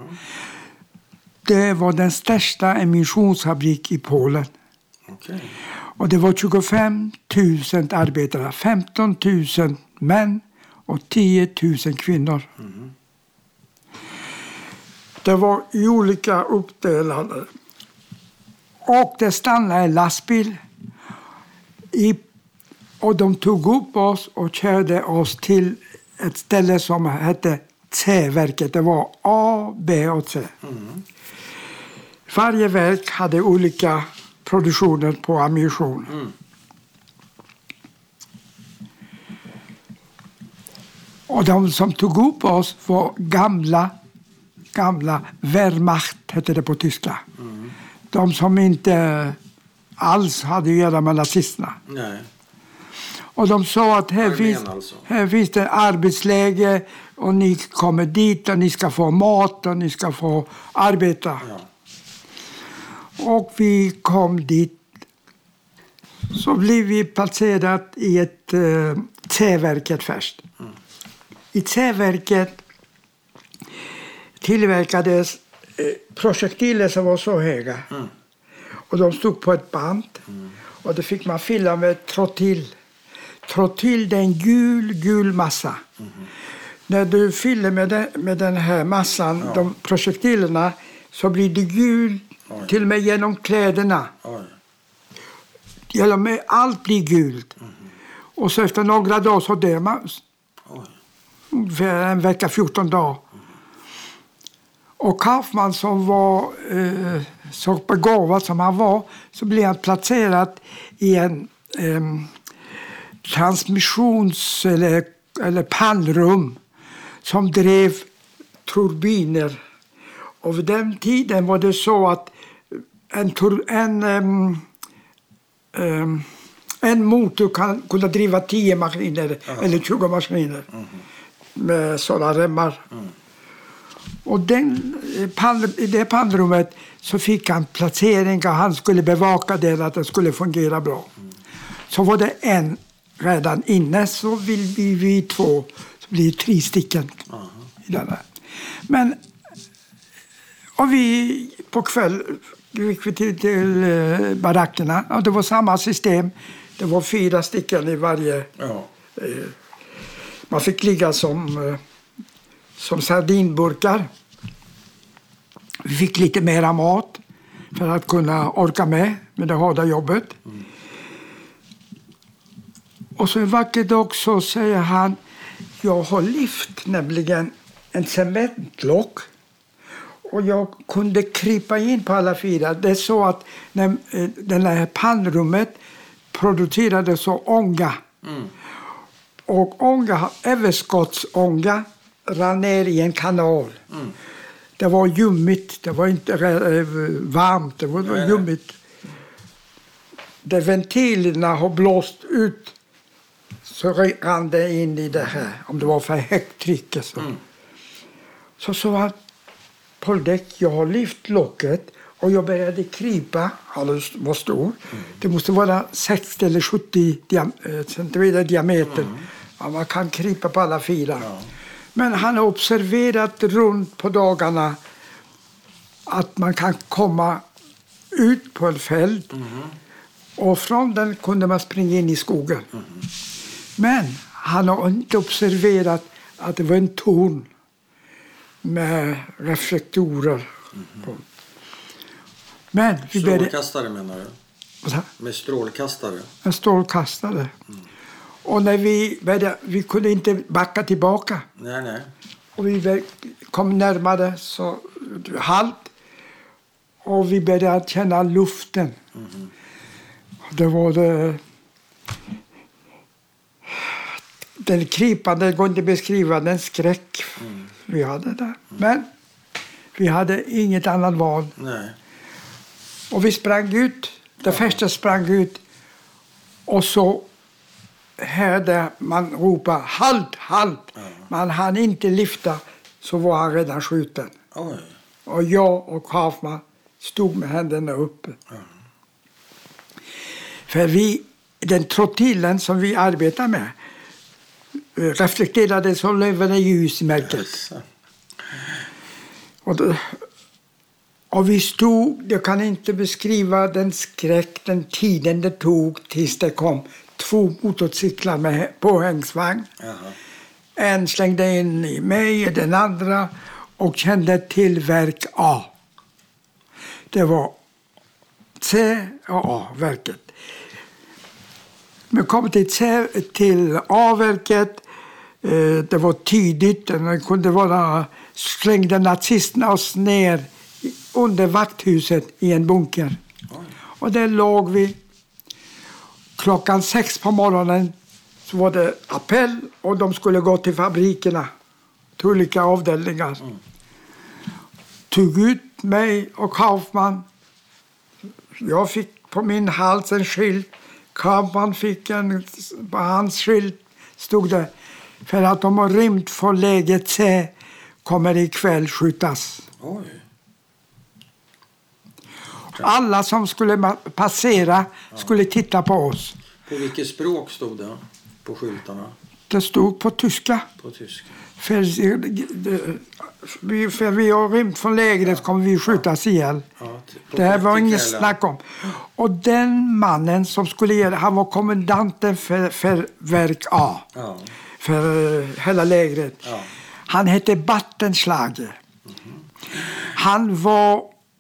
Det var den största ammunitionsfabrik i Polen. Okay. Och det var 25 000 arbetare, 15 000 män och 10 000 kvinnor. Det var i olika uppdelade. Och det stannade en lastbil. Och de tog upp oss och körde oss till ett ställe som hette C-verket. Det var A, B och C. Varje verk hade olika produktioner på ammunition. Och de som tog upp oss var gamla Wehrmacht, hette det på tyska. De som inte alls hade att göra med nazisterna. Nej. Och de sa att här finns det arbetsläge och ni kommer dit och ni ska få mat och ni ska få arbeta. Ja. Och vi kom dit. Så blev vi placerade i ett C-verket först. I C-verket tillverkades projektiler som var så höga. Och de stod på ett band. Och då fick man fylla med trotyl. Trotyl är en gul massa. När du fyller med den här massan, de projektilerna, så blir det gul till och med genom kläderna. Allt blir gult. Och så efter några dagar så dör man. För en vecka, 14 dagar. Och Kaufman som var så begåvad som han var, så blev han placerad i en transmissions- eller pannrum som drev turbiner. Och vid den tiden var det så att en motor kunde driva 10 maskiner eller 20 maskiner med sådana remmar. Och i det pannrummet så fick han placering och han skulle bevaka det, att det skulle fungera bra. Så var det en redan inne, så vill vi 2, så blir det 3 stycken i den där. Men och vi på kväll gick vi till barackerna och det var samma system. Det var 4 stycken i varje. Man fick ligga som sardinburkar. Vi fick lite mera mat för att kunna orka med det hårda jobbet. Och så en vacker dag så säger han, jag har lyft nämligen en cementlock och jag kunde krypa in på alla 4. Det är så att när det här pannrummet producerade så ånga. Och överskottsånga rann ner i en kanal. Det var ljummet, det var inte varmt, det var ljummet. Där ventilerna har blåst ut så rann det in i det här, om det var för högt tryck. Så sa han, Poldek, jag har lyft locket och jag började krypa, han var stor. Det måste vara 60 eller 70 centimeter diameter Ja, man kan krypa på alla fyra. Ja. Men han har observerat runt på dagarna att man kan komma ut på ett fält. Och från den kunde man springa in i skogen. Men han har inte observerat att det var en torn med reflektorer på. Men vi strålkastare menar du? Med strålkastare? En strålkastare. Och när vi kunde inte backa tillbaka. Nej. Och vi kom närmare så halt. Och vi började känna luften. Det var den krypande, det går inte att beskriva, den skräck vi hade där. Men vi hade inget annat val. Nej. Och vi sprang ut, det första sprang ut. Och så hörde man ropa halt. Man hann inte lyfta, så var han redan skjuten. Oj. Och jag och Kaufman stod med händerna uppe. För den trottilen som vi arbetar med reflekterade så levande ljus i märket. Och vi stod, jag kan inte beskriva den skräck, den tiden det tog tills det kom 2 motorcyklar med påhängsvagn. En slängde in i mig, den andra, och kände till verk A. Det var C och A-verket. Men kom till A-verket, det var tidigt, det kunde vara, slängde nazisterna oss ner under vakthuset i en bunker. Och där låg vi. 6:00 på morgonen så var det appell och de skulle gå till fabrikerna, till olika avdelningar. Tog ut mig och Kaufman. Jag fick på min hals en skylt. Kaufman fick på hans skylt stod det: för att de har rymt från läget C kommer ikväll skjutas. Oj. Alla som skulle passera skulle titta på oss. På vilket språk stod det på skyltarna? Det stod på tyska. På tyska. För vi har rymt från lägret kommer vi skjutas ihjäl. Det här var inget snack om. Och den mannen som skulle göra, han var kommandanten för verk A. Ja. För hela lägret. Ja. Han hette Battenschlager. Han var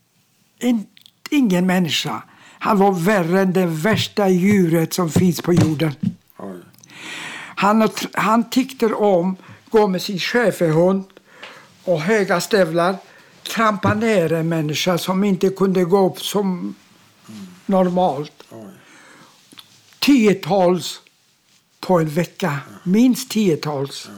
ingen människa. Han var värre än det värsta djuret som finns på jorden. Oj. Han tyckte om gå med sin schäferhund och höga stövlar, trampa ner en människa som inte kunde gå upp som normalt. 10-tals på en vecka. Minst 10-tals.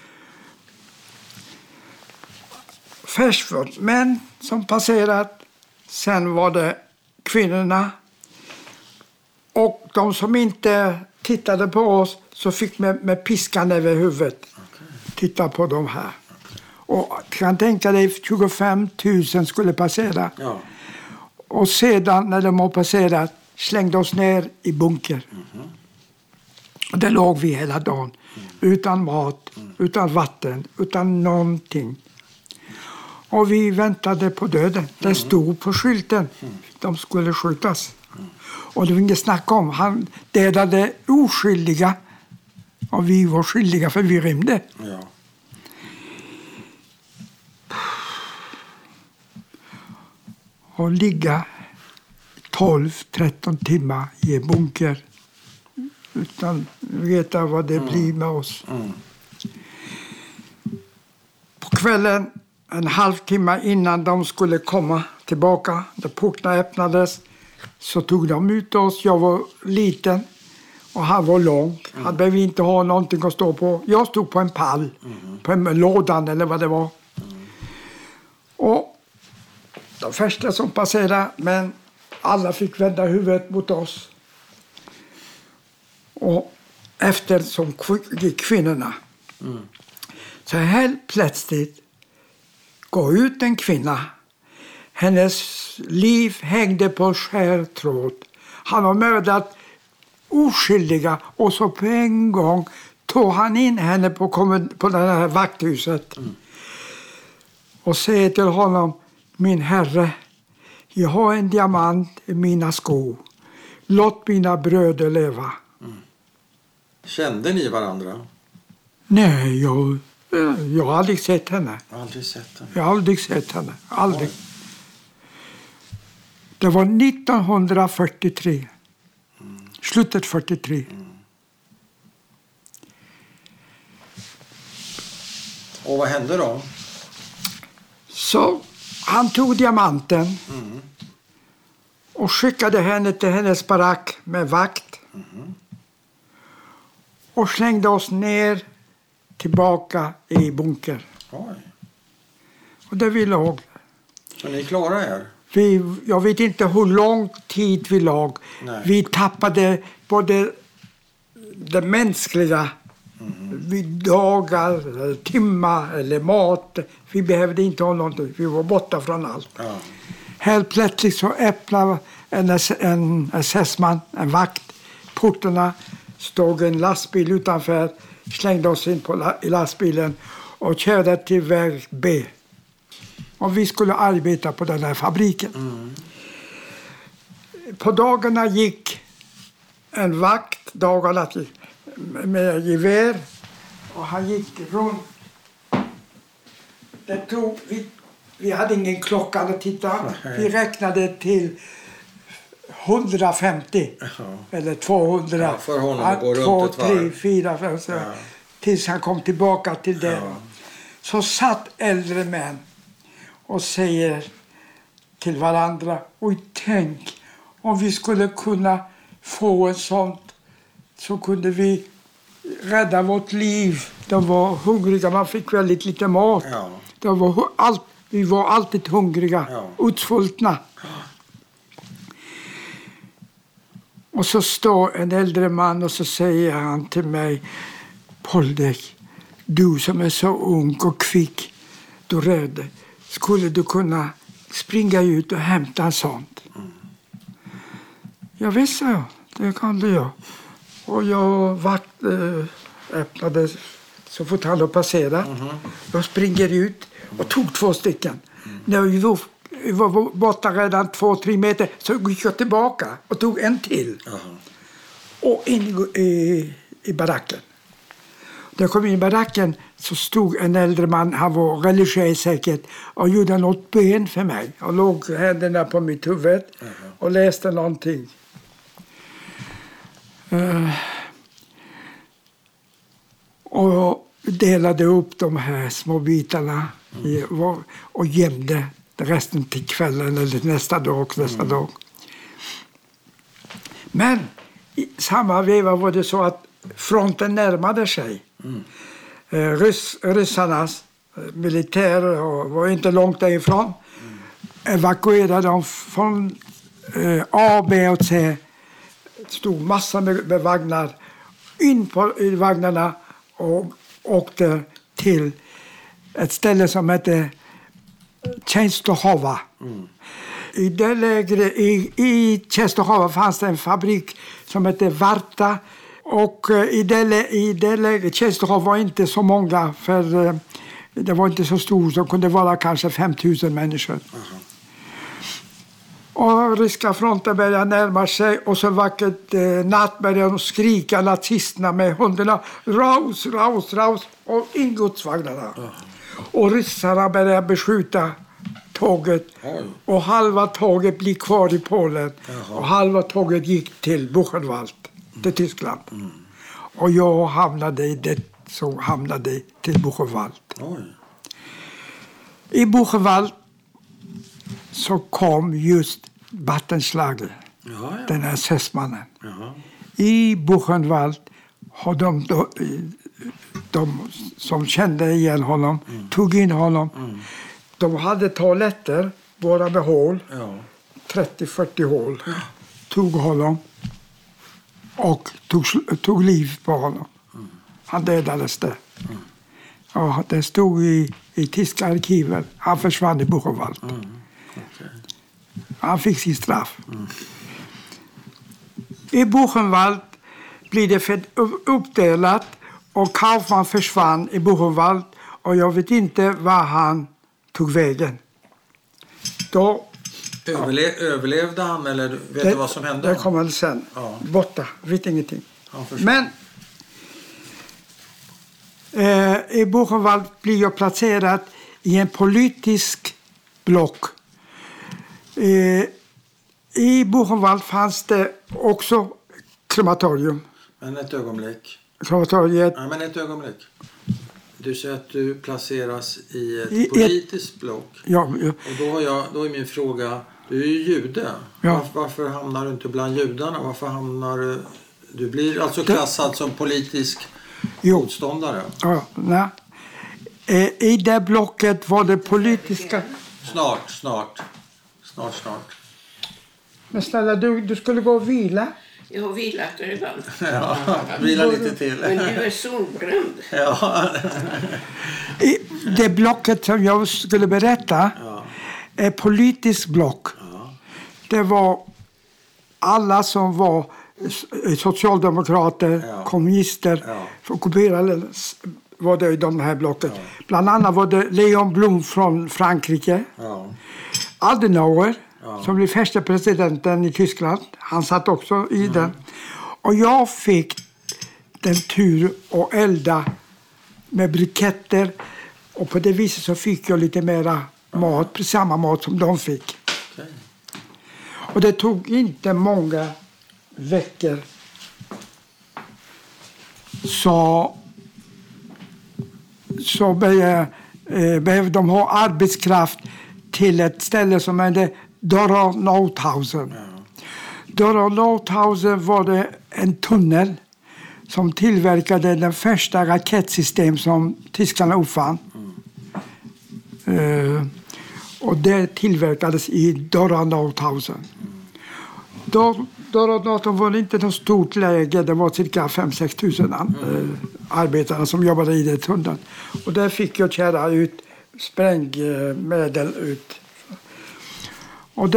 Först var män som passerat. Sen var det kvinnorna. Och de som inte tittade på oss så fick med piskan över huvudet. Titta på de här. Och kan tänka dig 25 000 skulle passera. Ja. Och sedan när de har passerat slängde oss ner i bunker. Och där låg vi hela dagen. Utan mat, utan vatten, utan någonting. Och vi väntade på döden. Det stod på skylten. De skulle skjutas. Och det var inget snack om. Han dödade oskyldiga. Och vi var skyldiga för vi rymde. Ja. Och ligga 12-13 timmar i en bunker. Utan veta vad det blir med oss. På kvällen, en halvtimme innan de skulle komma tillbaka, där portarna öppnades, så tog de ut oss. Jag var liten och han var lång. Han behövde inte ha någonting att stå på. Jag stod på en pall, på en lådan eller vad det var. Och de första som passerade, men alla fick vända huvudet mot oss. Och efter som gick kvinnorna. Så helt plötsligt går ut en kvinna. Hennes liv hängde på skärtråd. Han har mördat oskyldiga och så på en gång tog han in henne på det här vakthuset. Och säger till honom: min herre, jag har en diamant i mina skor. Låt mina bröder leva. Kände ni varandra? Nej, jag har aldrig sett henne. Aldrig sett henne. Jag har aldrig sett henne. Aldrig. Det var 1943. Slutet 43. Och vad hände då? Så han tog diamanten och skickade henne till hennes barack med vakt. Och slängde oss ner tillbaka i bunker. Oj. Och det vi låg. Så ni klarade er? Jag vet inte hur lång tid vi låg. Nej. Vi tappade både det mänskliga vid dagar, timmar eller mat. Vi behövde inte ha någonting. Vi var borta från allt. Ja. Helt plötsligt så öppnade en SS-man, en vakt, portarna. Stod en lastbil utanför, slängde oss in i lastbilen och körde till väg B. Och vi skulle arbeta på den här fabriken. På dagarna gick en vakt med gevär. Och han gick runt. Vi hade ingen klocka att titta. Vi räknade till 150 eller 200. Ja, för honom att gå runt ett varv. 2, 3, 4, 5, 6. Tills han kom tillbaka till det. Ja. Så satt äldre män och säger till varandra: oj, tänk om vi skulle kunna få en sånt, så kunde vi rädda vårt liv. De var hungriga, man fick väldigt lite mat. Ja. Vi var alltid hungriga, utsvultna. Och så står en äldre man och så säger han till mig: Poldek, du som är så ung och kvick, du rädd, skulle du kunna springa ut och hämta en sånt? Jag visste jag, det kan du jag. Och jag öppnade så fort han passerade. Jag springer ut och tog 2 stycken. När vi var borta redan 2-3 meter så gick jag tillbaka och tog en till. Och in i baracken. När jag kom in i baracken så stod en äldre man, han var religiös säkert, och gjorde något ben för mig. Och låg händerna på mitt huvud och läste någonting. Och delade upp de här små bitarna och gömde resten till kvällen eller nästa dag. Men i samma veva var det så att fronten närmade sig. Ryssarnas militär var inte långt därifrån. Evakuerade dem från A, B och C. Stod massor med vagnar in i vagnarna och åkte till ett ställe som hette Częstochowa. I det lägret, i Częstochowa fanns det en fabrik som hette Warta. Och i det lägret, Częstochowa var inte så många, för det var inte så stort, så kunde vara kanske 5 000 människor. Och ryska fronten började närma sig och så vackert natt började de skrika, nazisterna med hundarna: raus, raus, raus, och in godsvagnarna. Och ryssarna började beskjuta tåget. Och halva tåget blev kvar i Polen. Och halva tåget gick till Buchenwald, till Tyskland. Och jag hamnade till Buchenwald. I Buchenwald så kom just Battenschlager, den här SS-mannen. I Buchenwald har de som kände igen honom tog in honom. De hade toaletter, bara med hål, 30-40 hål. Tog honom och tog liv på honom. Han dödades där. Ja, det stod i tyska arkiven. Han försvann i Buchenwald. Han fick sin straff. I Buchenwald blir det uppdelat Och Kaufman försvann i Buchenwald och jag vet inte var han tog vägen. Då Överlevde han eller vet du vad som hände? Det kommer sen. Ja. Borta, vet ingenting. Men i Buchenwald blir jag placerad i en politisk block. I Buchenwald fanns det också krematorium. Men ett ögonblick. Krematoriet. Ja, men ett ögonblick. Du säger att du placeras i ett politiskt block. Ja. Och då är min fråga, du är ju jude. Ja. Varför hamnar du inte bland judarna? Varför hamnar du blir alltså klassad som politisk motståndare? Ja, nej. I det blocket var det politiska... Snart. Men snälla, du skulle gå och vila. Jag har vilat redan. Ja, vila lite till. Men du är solbränd. Ja. I det blocket som jag skulle berätta är politiskt block. Ja. Det var alla som var socialdemokrater, kommunister, ockuperade var det i de här blocket. Ja. Bland annat var det Leon Blum från Frankrike. Ja. Adenauer, som blev första presidenten i Tyskland. Han satt också i den. Och jag fick den tur att elda med briketter. Och på det viset så fick jag lite mera mat, samma mat som de fick. Okay. Och det tog inte många veckor så behövde de ha arbetskraft till ett ställe som hette Dora-Nordhausen. Dora-Nordhausen var det en tunnel som tillverkade den första raketsystem som tyskarna uppfann. Och det tillverkades i Dora-Nordhausen. Dora-Nordhausen var inte något stort läge. Det var cirka 5-6 tusen arbetare som jobbade i det tunneln. Och där fick jag köra ut sprängmedel ut. Och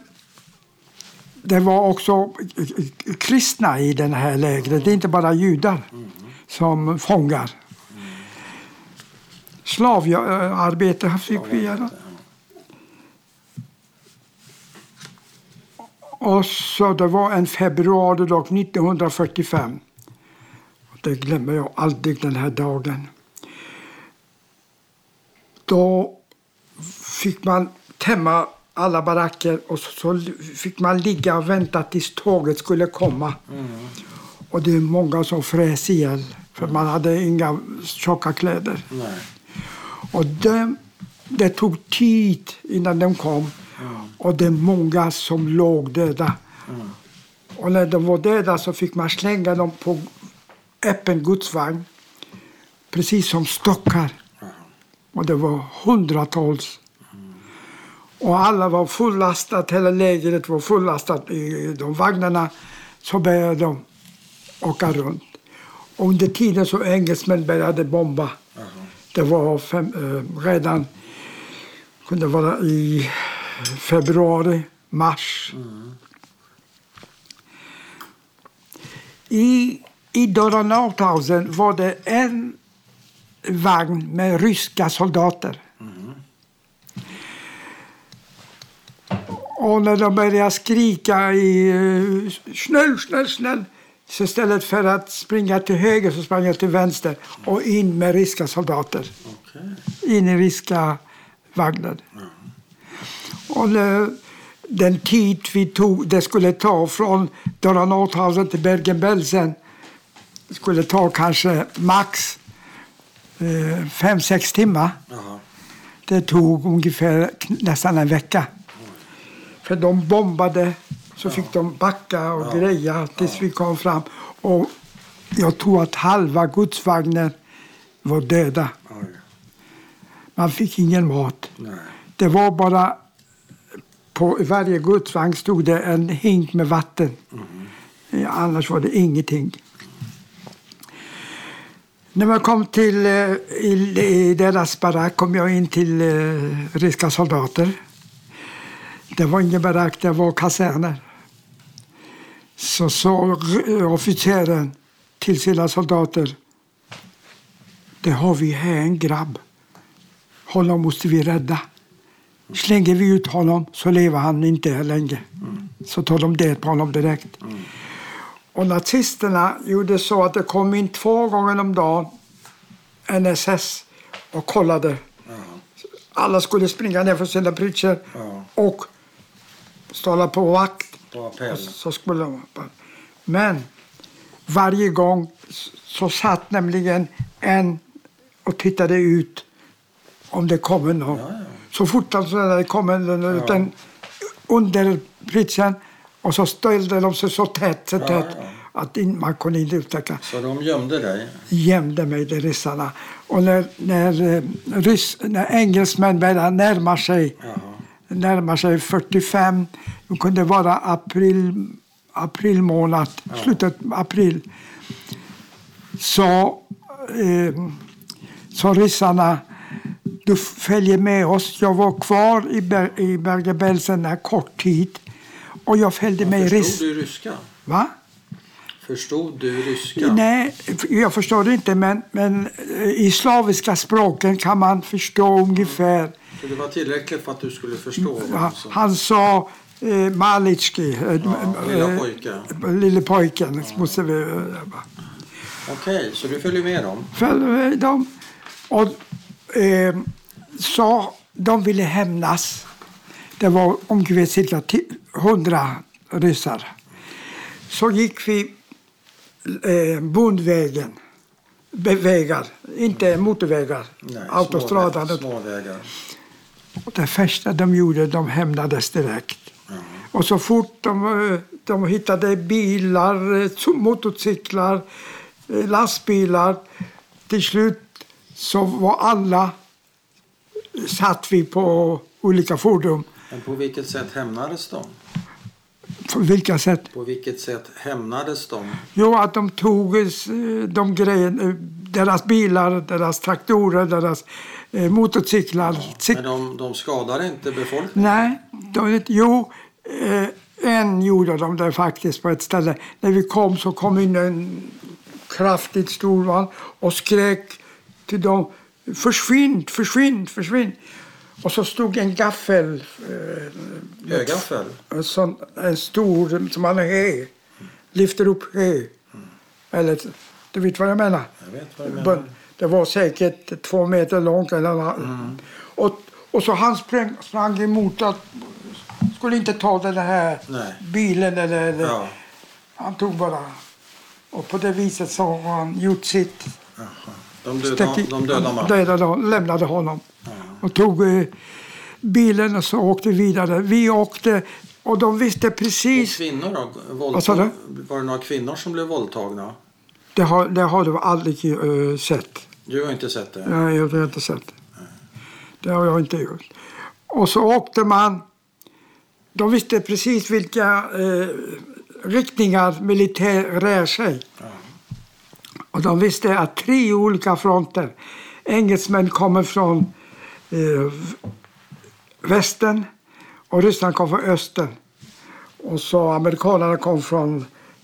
det var också kristna i den här lägret. Det är inte bara judar som fångar. Slavarbete fick vi göra. Och så det var en februari dag 1945. Det glömmer jag aldrig den här dagen. Då fick man tämma alla baracker och så fick man ligga och vänta tills tåget skulle komma. Och det är många som fräs ihjäl för man hade inga tjocka kläder. Nej. Och det tog tid innan de kom. Och det är många som låg döda. Och när de var döda så fick man slänga dem på öppen godsvagn. Precis som stockar. Och det var hundratals. Och alla var fullastat, hela lägret var fullastat i de vagnarna. Så började de åka runt. Och under tiden så engelsmän började bomba. Det var redan, kunde vara i februari, mars. I Dora-Nordhausen var det en vagn med ryska soldater. Och när de började skrika i snäll. Så istället för att springa till höger så sprang jag till vänster. Och in med ryska soldater. Okay. In i ryska vagnar. Och den tid det skulle ta från Dora-Nordhausen till Bergen-Belsen skulle ta kanske max 5-6 timmar. Det tog ungefär nästan en vecka. För de bombade så fick de backa och greja tills vi kom fram. Och jag tror att halva godsvagnen var döda. Man fick ingen mat. Nej. Det var bara på varje godsvagn stod det en hink med vatten. Annars var det ingenting. När man kom till i deras barack kom jag in till ryska soldater. Det var ingen barack, det var kaserner. Så officeren till sina soldater: Det har vi här en grabb. Honom måste vi rädda. Slänger vi ut honom så lever han inte länge. Så tar de det på honom direkt. Och nazisterna gjorde så att det kom in 2 gånger om dagen NSS och kollade. Alla skulle springa ner för sina pritcher och stå på vakt. Så skulle de. Men varje gång så satt nämligen en och tittade ut om det kommer någon. Så fort det kom en under pritchen och så ställde de sig så tätt att man kunde inte upptäcka. Så de gömde dig? Gömde mig, de ryssarna. Och när engelsmän började närma sig 45, det kunde vara april månad, slutet april, så ryssarna, du följer med oss. Jag var kvar i Bergen-Belsen en kort tid och jag följde med Förstod du ryska? Va? Förstod du ryska? Nej, jag förstår inte, men i slaviska språken kan man förstå ungefär. Så det var tillräckligt för att du skulle förstå? Han sa Malitski, lilla pojken. Okej, så du följer med dem? Följer med dem. Och så de ville hämnas. Det var ungefär cirka 100 ryssar. Så gick vi bondvägen. Vägar, inte motorvägar. Nej, autostradan. Småvägar. Och det första de gjorde, de hämnades direkt. Och så fort de hittade bilar, motorcyklar, lastbilar, till slut så var alla satt vi på olika fordon. Men på vilket sätt hämnades de? På vilka sätt? På vilket sätt hämnades de? Jo, att de tog de grejer, deras bilar, deras traktorer, deras motorcyklar. Men de skadade inte befolkningen? Nej, en gjorde de det faktiskt på ett ställe. När vi kom så kom in en kraftigt stor man och skrek till dem: försvinn, försvinn, försvinn. Och så stod en gaffel. Gaffel? En stor som man är lyfter upp hö. Eller, du vet vad jag menar? Jag vet vad du menar. Det var säkert 2 meter långt. Och så han sprang emot att skulle inte ta den här bilen. Eller, han tog bara. Och på det viset så har han gjort sitt. De dödade mannen. Lämnade honom. Och tog bilen och så åkte vidare. Vi åkte och de visste precis. Och kvinnor då? Var det några kvinnor som blev våldtagna? Det har du aldrig sett. Du har inte sett det? Nej, jag har inte sett det. Det har jag inte gjort. Och så åkte man. De visste precis vilka riktningar militär rör sig. Och de visste att 3 olika fronter. Engelsmän kommer från västern och Ryssland kom från östern. Och så amerikanerna kom från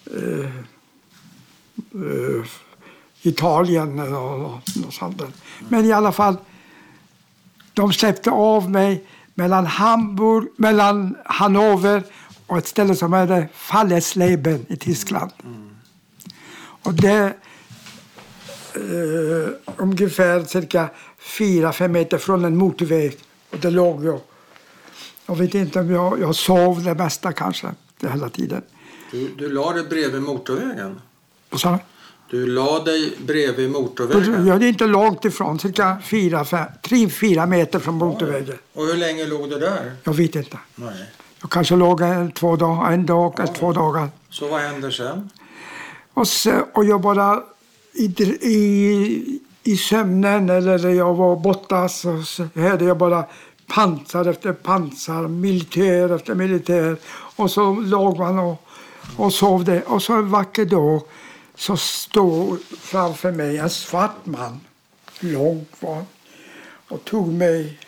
Italien och något sånt där. Men i alla fall, de släppte av mig mellan Hannover och ett ställe som heter Fallersleben i Tyskland. Och det ungefär cirka 4-5 meter från en motorväg. Och det låg jag vet inte om jag sov det mesta kanske det hela tiden. Du la dig bredvid motorvägen? Vad sa du? Du la dig bredvid motorvägen? Jag är inte långt ifrån, cirka 3-4 meter från motorvägen. Och hur länge låg du där? Jag vet inte. Nej. Jag kanske låg en dag eller 2 dagar. Så vad hände sen? Och jag bara i sömnen eller jag var borta så hörde jag bara pansar efter pansar, militär efter militär. Och så låg man och sov det. Och så en vacker dag så stod framför mig en svart man, lång var, och tog mig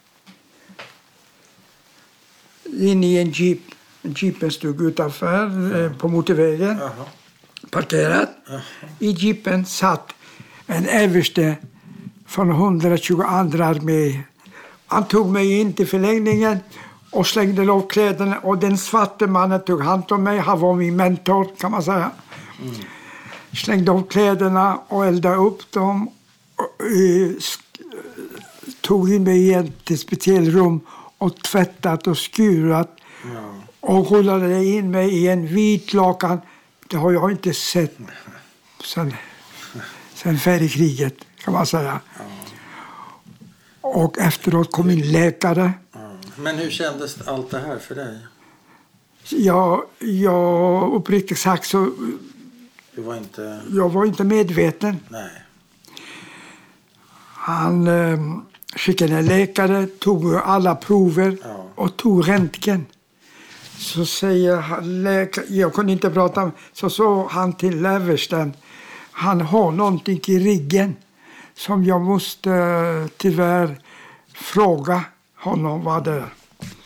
in i en jeep. Jeepen stod utanför på motorvägen. Parkerad. I jeepen satt en överste från 122 armé. Han tog mig in till förlängningen och slängde av kläderna. Och den svarte mannen tog hand om mig. Han var min mentor, kan man säga. Slängde av kläderna och eldade upp dem. Och, tog in mig igen till ett speciellt rum och tvättat och skurat. Ja. Och rullade in mig i en vit lakan. Det har jag inte sett sen färdigkriget, kan man säga. Ja. Och efteråt kom min läkare. Ja. Men hur kändes allt det här för dig? Jag uppriktigt sagt så... Jag var inte medveten. Nej. Han skickade en läkare, tog alla prover och tog röntgen. Så säger han, jag kunde inte prata, så sa han till översten, han har någonting i ryggen som jag måste tyvärr fråga honom vad det är.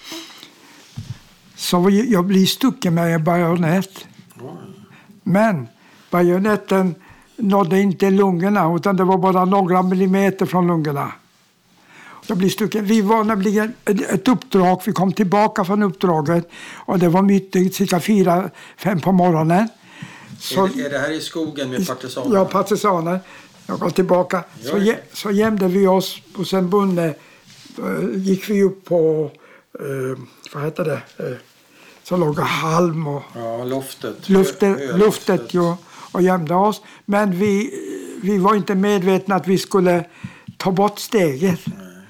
Så jag blir stucken med en bajonett. Men bajonetten nådde inte lungorna, utan det var bara några millimeter från lungorna. Jag blev stucken. Vi var nämligen ett uppdrag. Vi kom tillbaka från uppdraget. Och det var mycket, cirka 4-5 på morgonen. Så, är det här i skogen med partisaner? Ja, partisaner. Jag kom tillbaka. Så gömde vi oss på sen bunne. Gick vi upp på, vad heter det? Så låg halm och... Ja, luftet, ja. Och gömde oss. Men vi var inte medvetna att vi skulle ta bort steget.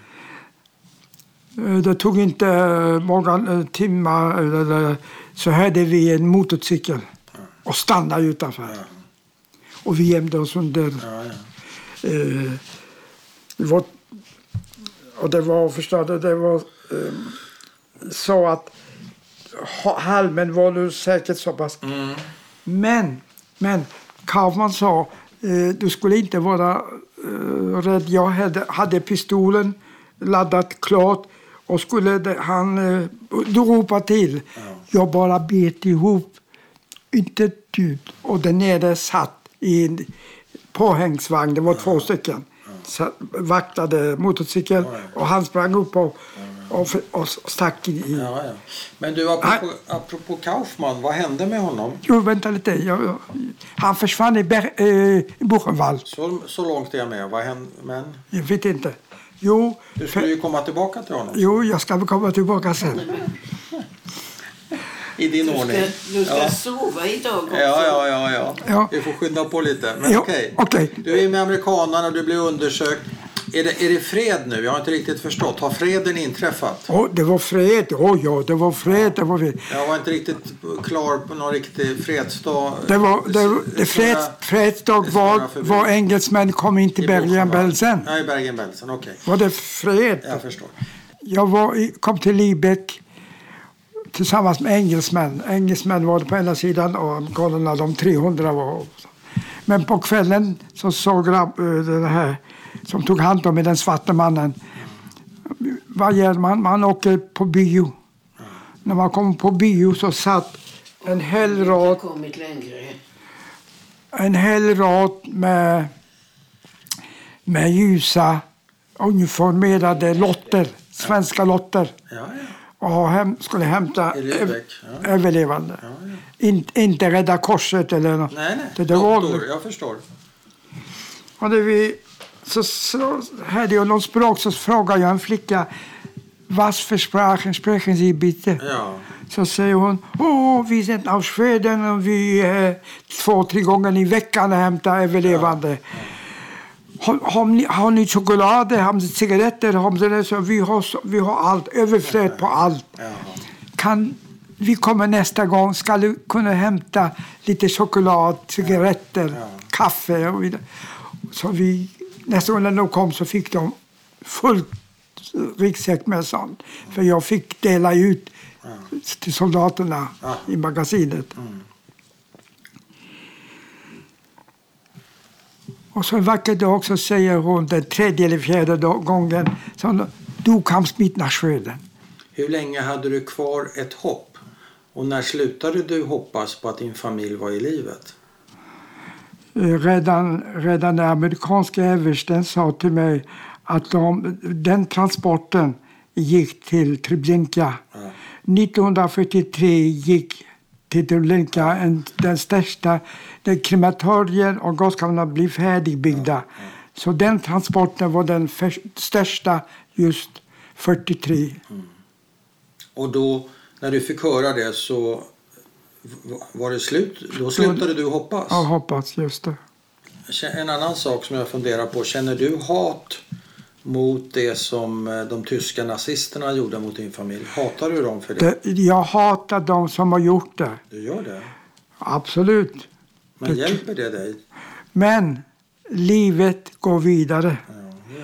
Det tog inte många timmar så hörde vi en motorcykel och stannade utanför. Ja. Och vi gömde oss under... och det var, förstås, det var så att halmen var nu säkert så pass. Men Kaufman sa, du skulle inte vara rädd. Jag hade pistolen laddat klart och skulle han ropa till. Jag bara bet ihop. Inte ett ljud. Och den nere satt i en påhängsvagn. Det var 2 stycken. Vaktade motorcykeln och han sprang upp och stack in. Ja. Men du, apropå Kaufman, vad hände med honom? Jo, vänta lite. Han försvann i Buchenwald. Så långt är jag med. Vad hände? Men... Jag vet inte. Jo, du skulle ju komma tillbaka till honom. Jo, jag ska komma tillbaka sen. I din ordning. Du ska sova idag också. Ja. Vi får skynda på lite. Men okej. Du är med amerikanerna, du blir undersökt. Är det fred nu? Jag har inte riktigt förstått. Har freden inträffat? Det var fred. Det var fred. Jag var inte riktigt klar på någon riktig fredsdag. Fredsdag var engelsmän kom in till Bergen-Belsen. Ja, i Bergen-Belsen, okej. Var det fred? Jag förstår. Jag kom till Lübeck tillsammans med engelsmän. Engelsmän var på ena sidan och amerikanerna, de 300 var. Men på kvällen så såg den här som tog hand om den svarta mannen. Vad gör man? Man åker på bio. När man kom på bio så satt en hel rad med ljusa uniformerade lotter, svenska lotter. Och skulle hämta överlevande. Inte Rädda Korset eller något. Nej, doktor, jag förstår. Och så hade jag någon språk, så frågade jag en flicka, was för sprachen sprechen Sie bitte? Ja. Så säger hon, vi sind aus Schweden och vi 2-3 gånger i veckan hämtar överlevande. Har ni choklad? Har ni cigaretter? Har ni så? Vi har allt, överflöd på allt. Kan vi kommer nästa gång, ska du kunna hämta lite choklad, cigaretter, kaffe och vidare. Så nästa gång när de kom så fick de fullt ryggsäck med sånt. För jag fick dela ut till soldaterna i magasinet. Och så en vacker dag så säger hon den 3:e eller 4:e gången så du kamst mit nach Schweden. Hur länge hade du kvar ett hopp? Och när slutade du hoppas på att din familj var i livet? Redan den amerikanska översten sa till mig att den transporten gick till Treblinka. 1943 gick till Treblinka den största krematorien och gaskamrarna blev färdigbyggda. Så den transporten var den största just 43. Och då när du fick höra det så var det slut? Då slutade du hoppas? Ja, hoppas, just det. En annan sak som jag funderar på. Känner du hat mot det som de tyska nazisterna gjorde mot din familj? Hatar du dem för det? Jag hatar dem som har gjort det. Du gör det? Absolut. Men hjälper det dig? Men livet går vidare. Ja.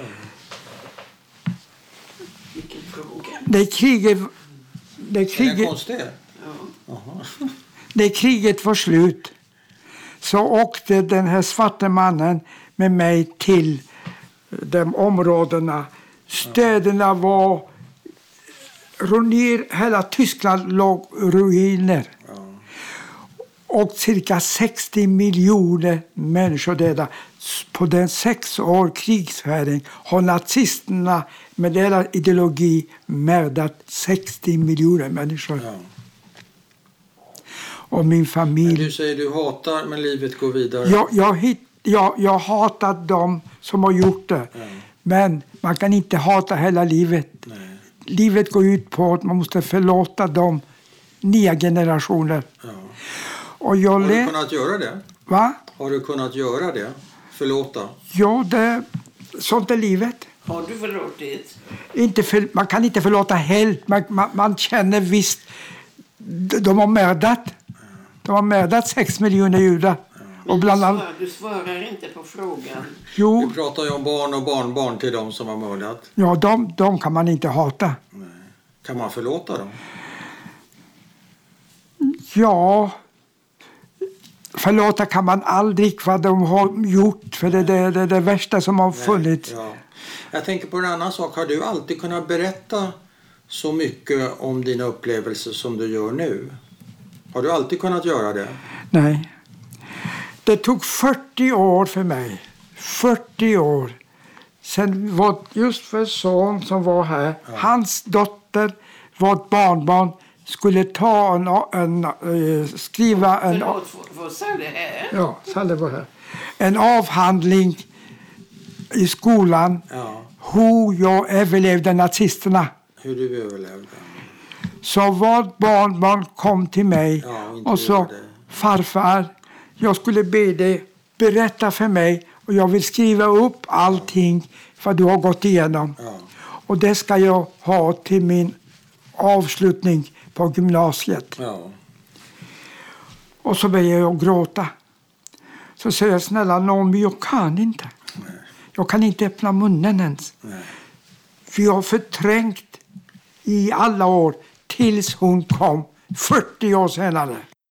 Vilken fråga. Det kriget... Är det konstigt? Ja. När kriget var slut så åkte den här svarta mannen med mig till de områdena. Städerna var ruiner, hela Tyskland låg ruiner. Och cirka 60 miljoner människor döda. På den 6 år krigsföring har nazisterna med deras ideologi mördat 60 miljoner människor. Ja. Och min familj... Men du säger du hatar, men livet går vidare. Jag hatar dem som har gjort det. Ja. Men man kan inte hata hela livet. Nej. Livet går ut på att man måste förlåta de nya generationer. Ja. Och Har du kunnat göra det? Va? Har du kunnat göra det? Förlåta? Ja, sånt är livet. Har du förlåtit? Man kan inte förlåta helt. Man känner visst... De har mördat 6 miljoner judar. Och Du svarar inte på frågan. Jo, Vi pratar ju om barn och barnbarn till dem som har mördat. ja, de kan man inte hata. Nej. Kan man förlåta dem? Ja, förlåta kan man aldrig vad de har gjort. För det är det värsta som har funnits. Ja. Jag tänker på en annan sak. Har du alltid kunnat berätta så mycket om dina upplevelser som du gör nu? Har du alltid kunnat göra det? Nej. Det tog 40 år för mig. 40 år. Sen var just för son som var här. Ja. Hans dotter, vårt barnbarn, skulle ta skriva en... Vad sa det här? Ja, Salle var här. En avhandling i skolan. Ja. Hur jag överlevde nazisterna. Hur du överlevde. Så vårt barnbarn kom till mig och sa, farfar, jag skulle be dig berätta för mig och jag vill skriva upp allting för du har gått igenom. Ja. Och det ska jag ha till min avslutning på gymnasiet. Ja. Och så började jag gråta. Så säger jag, snälla Naomi, jag kan inte. Nej. Jag kan inte öppna munnen ens. Nej. För jag har förträngt i alla år tills hon kom 40 år senare.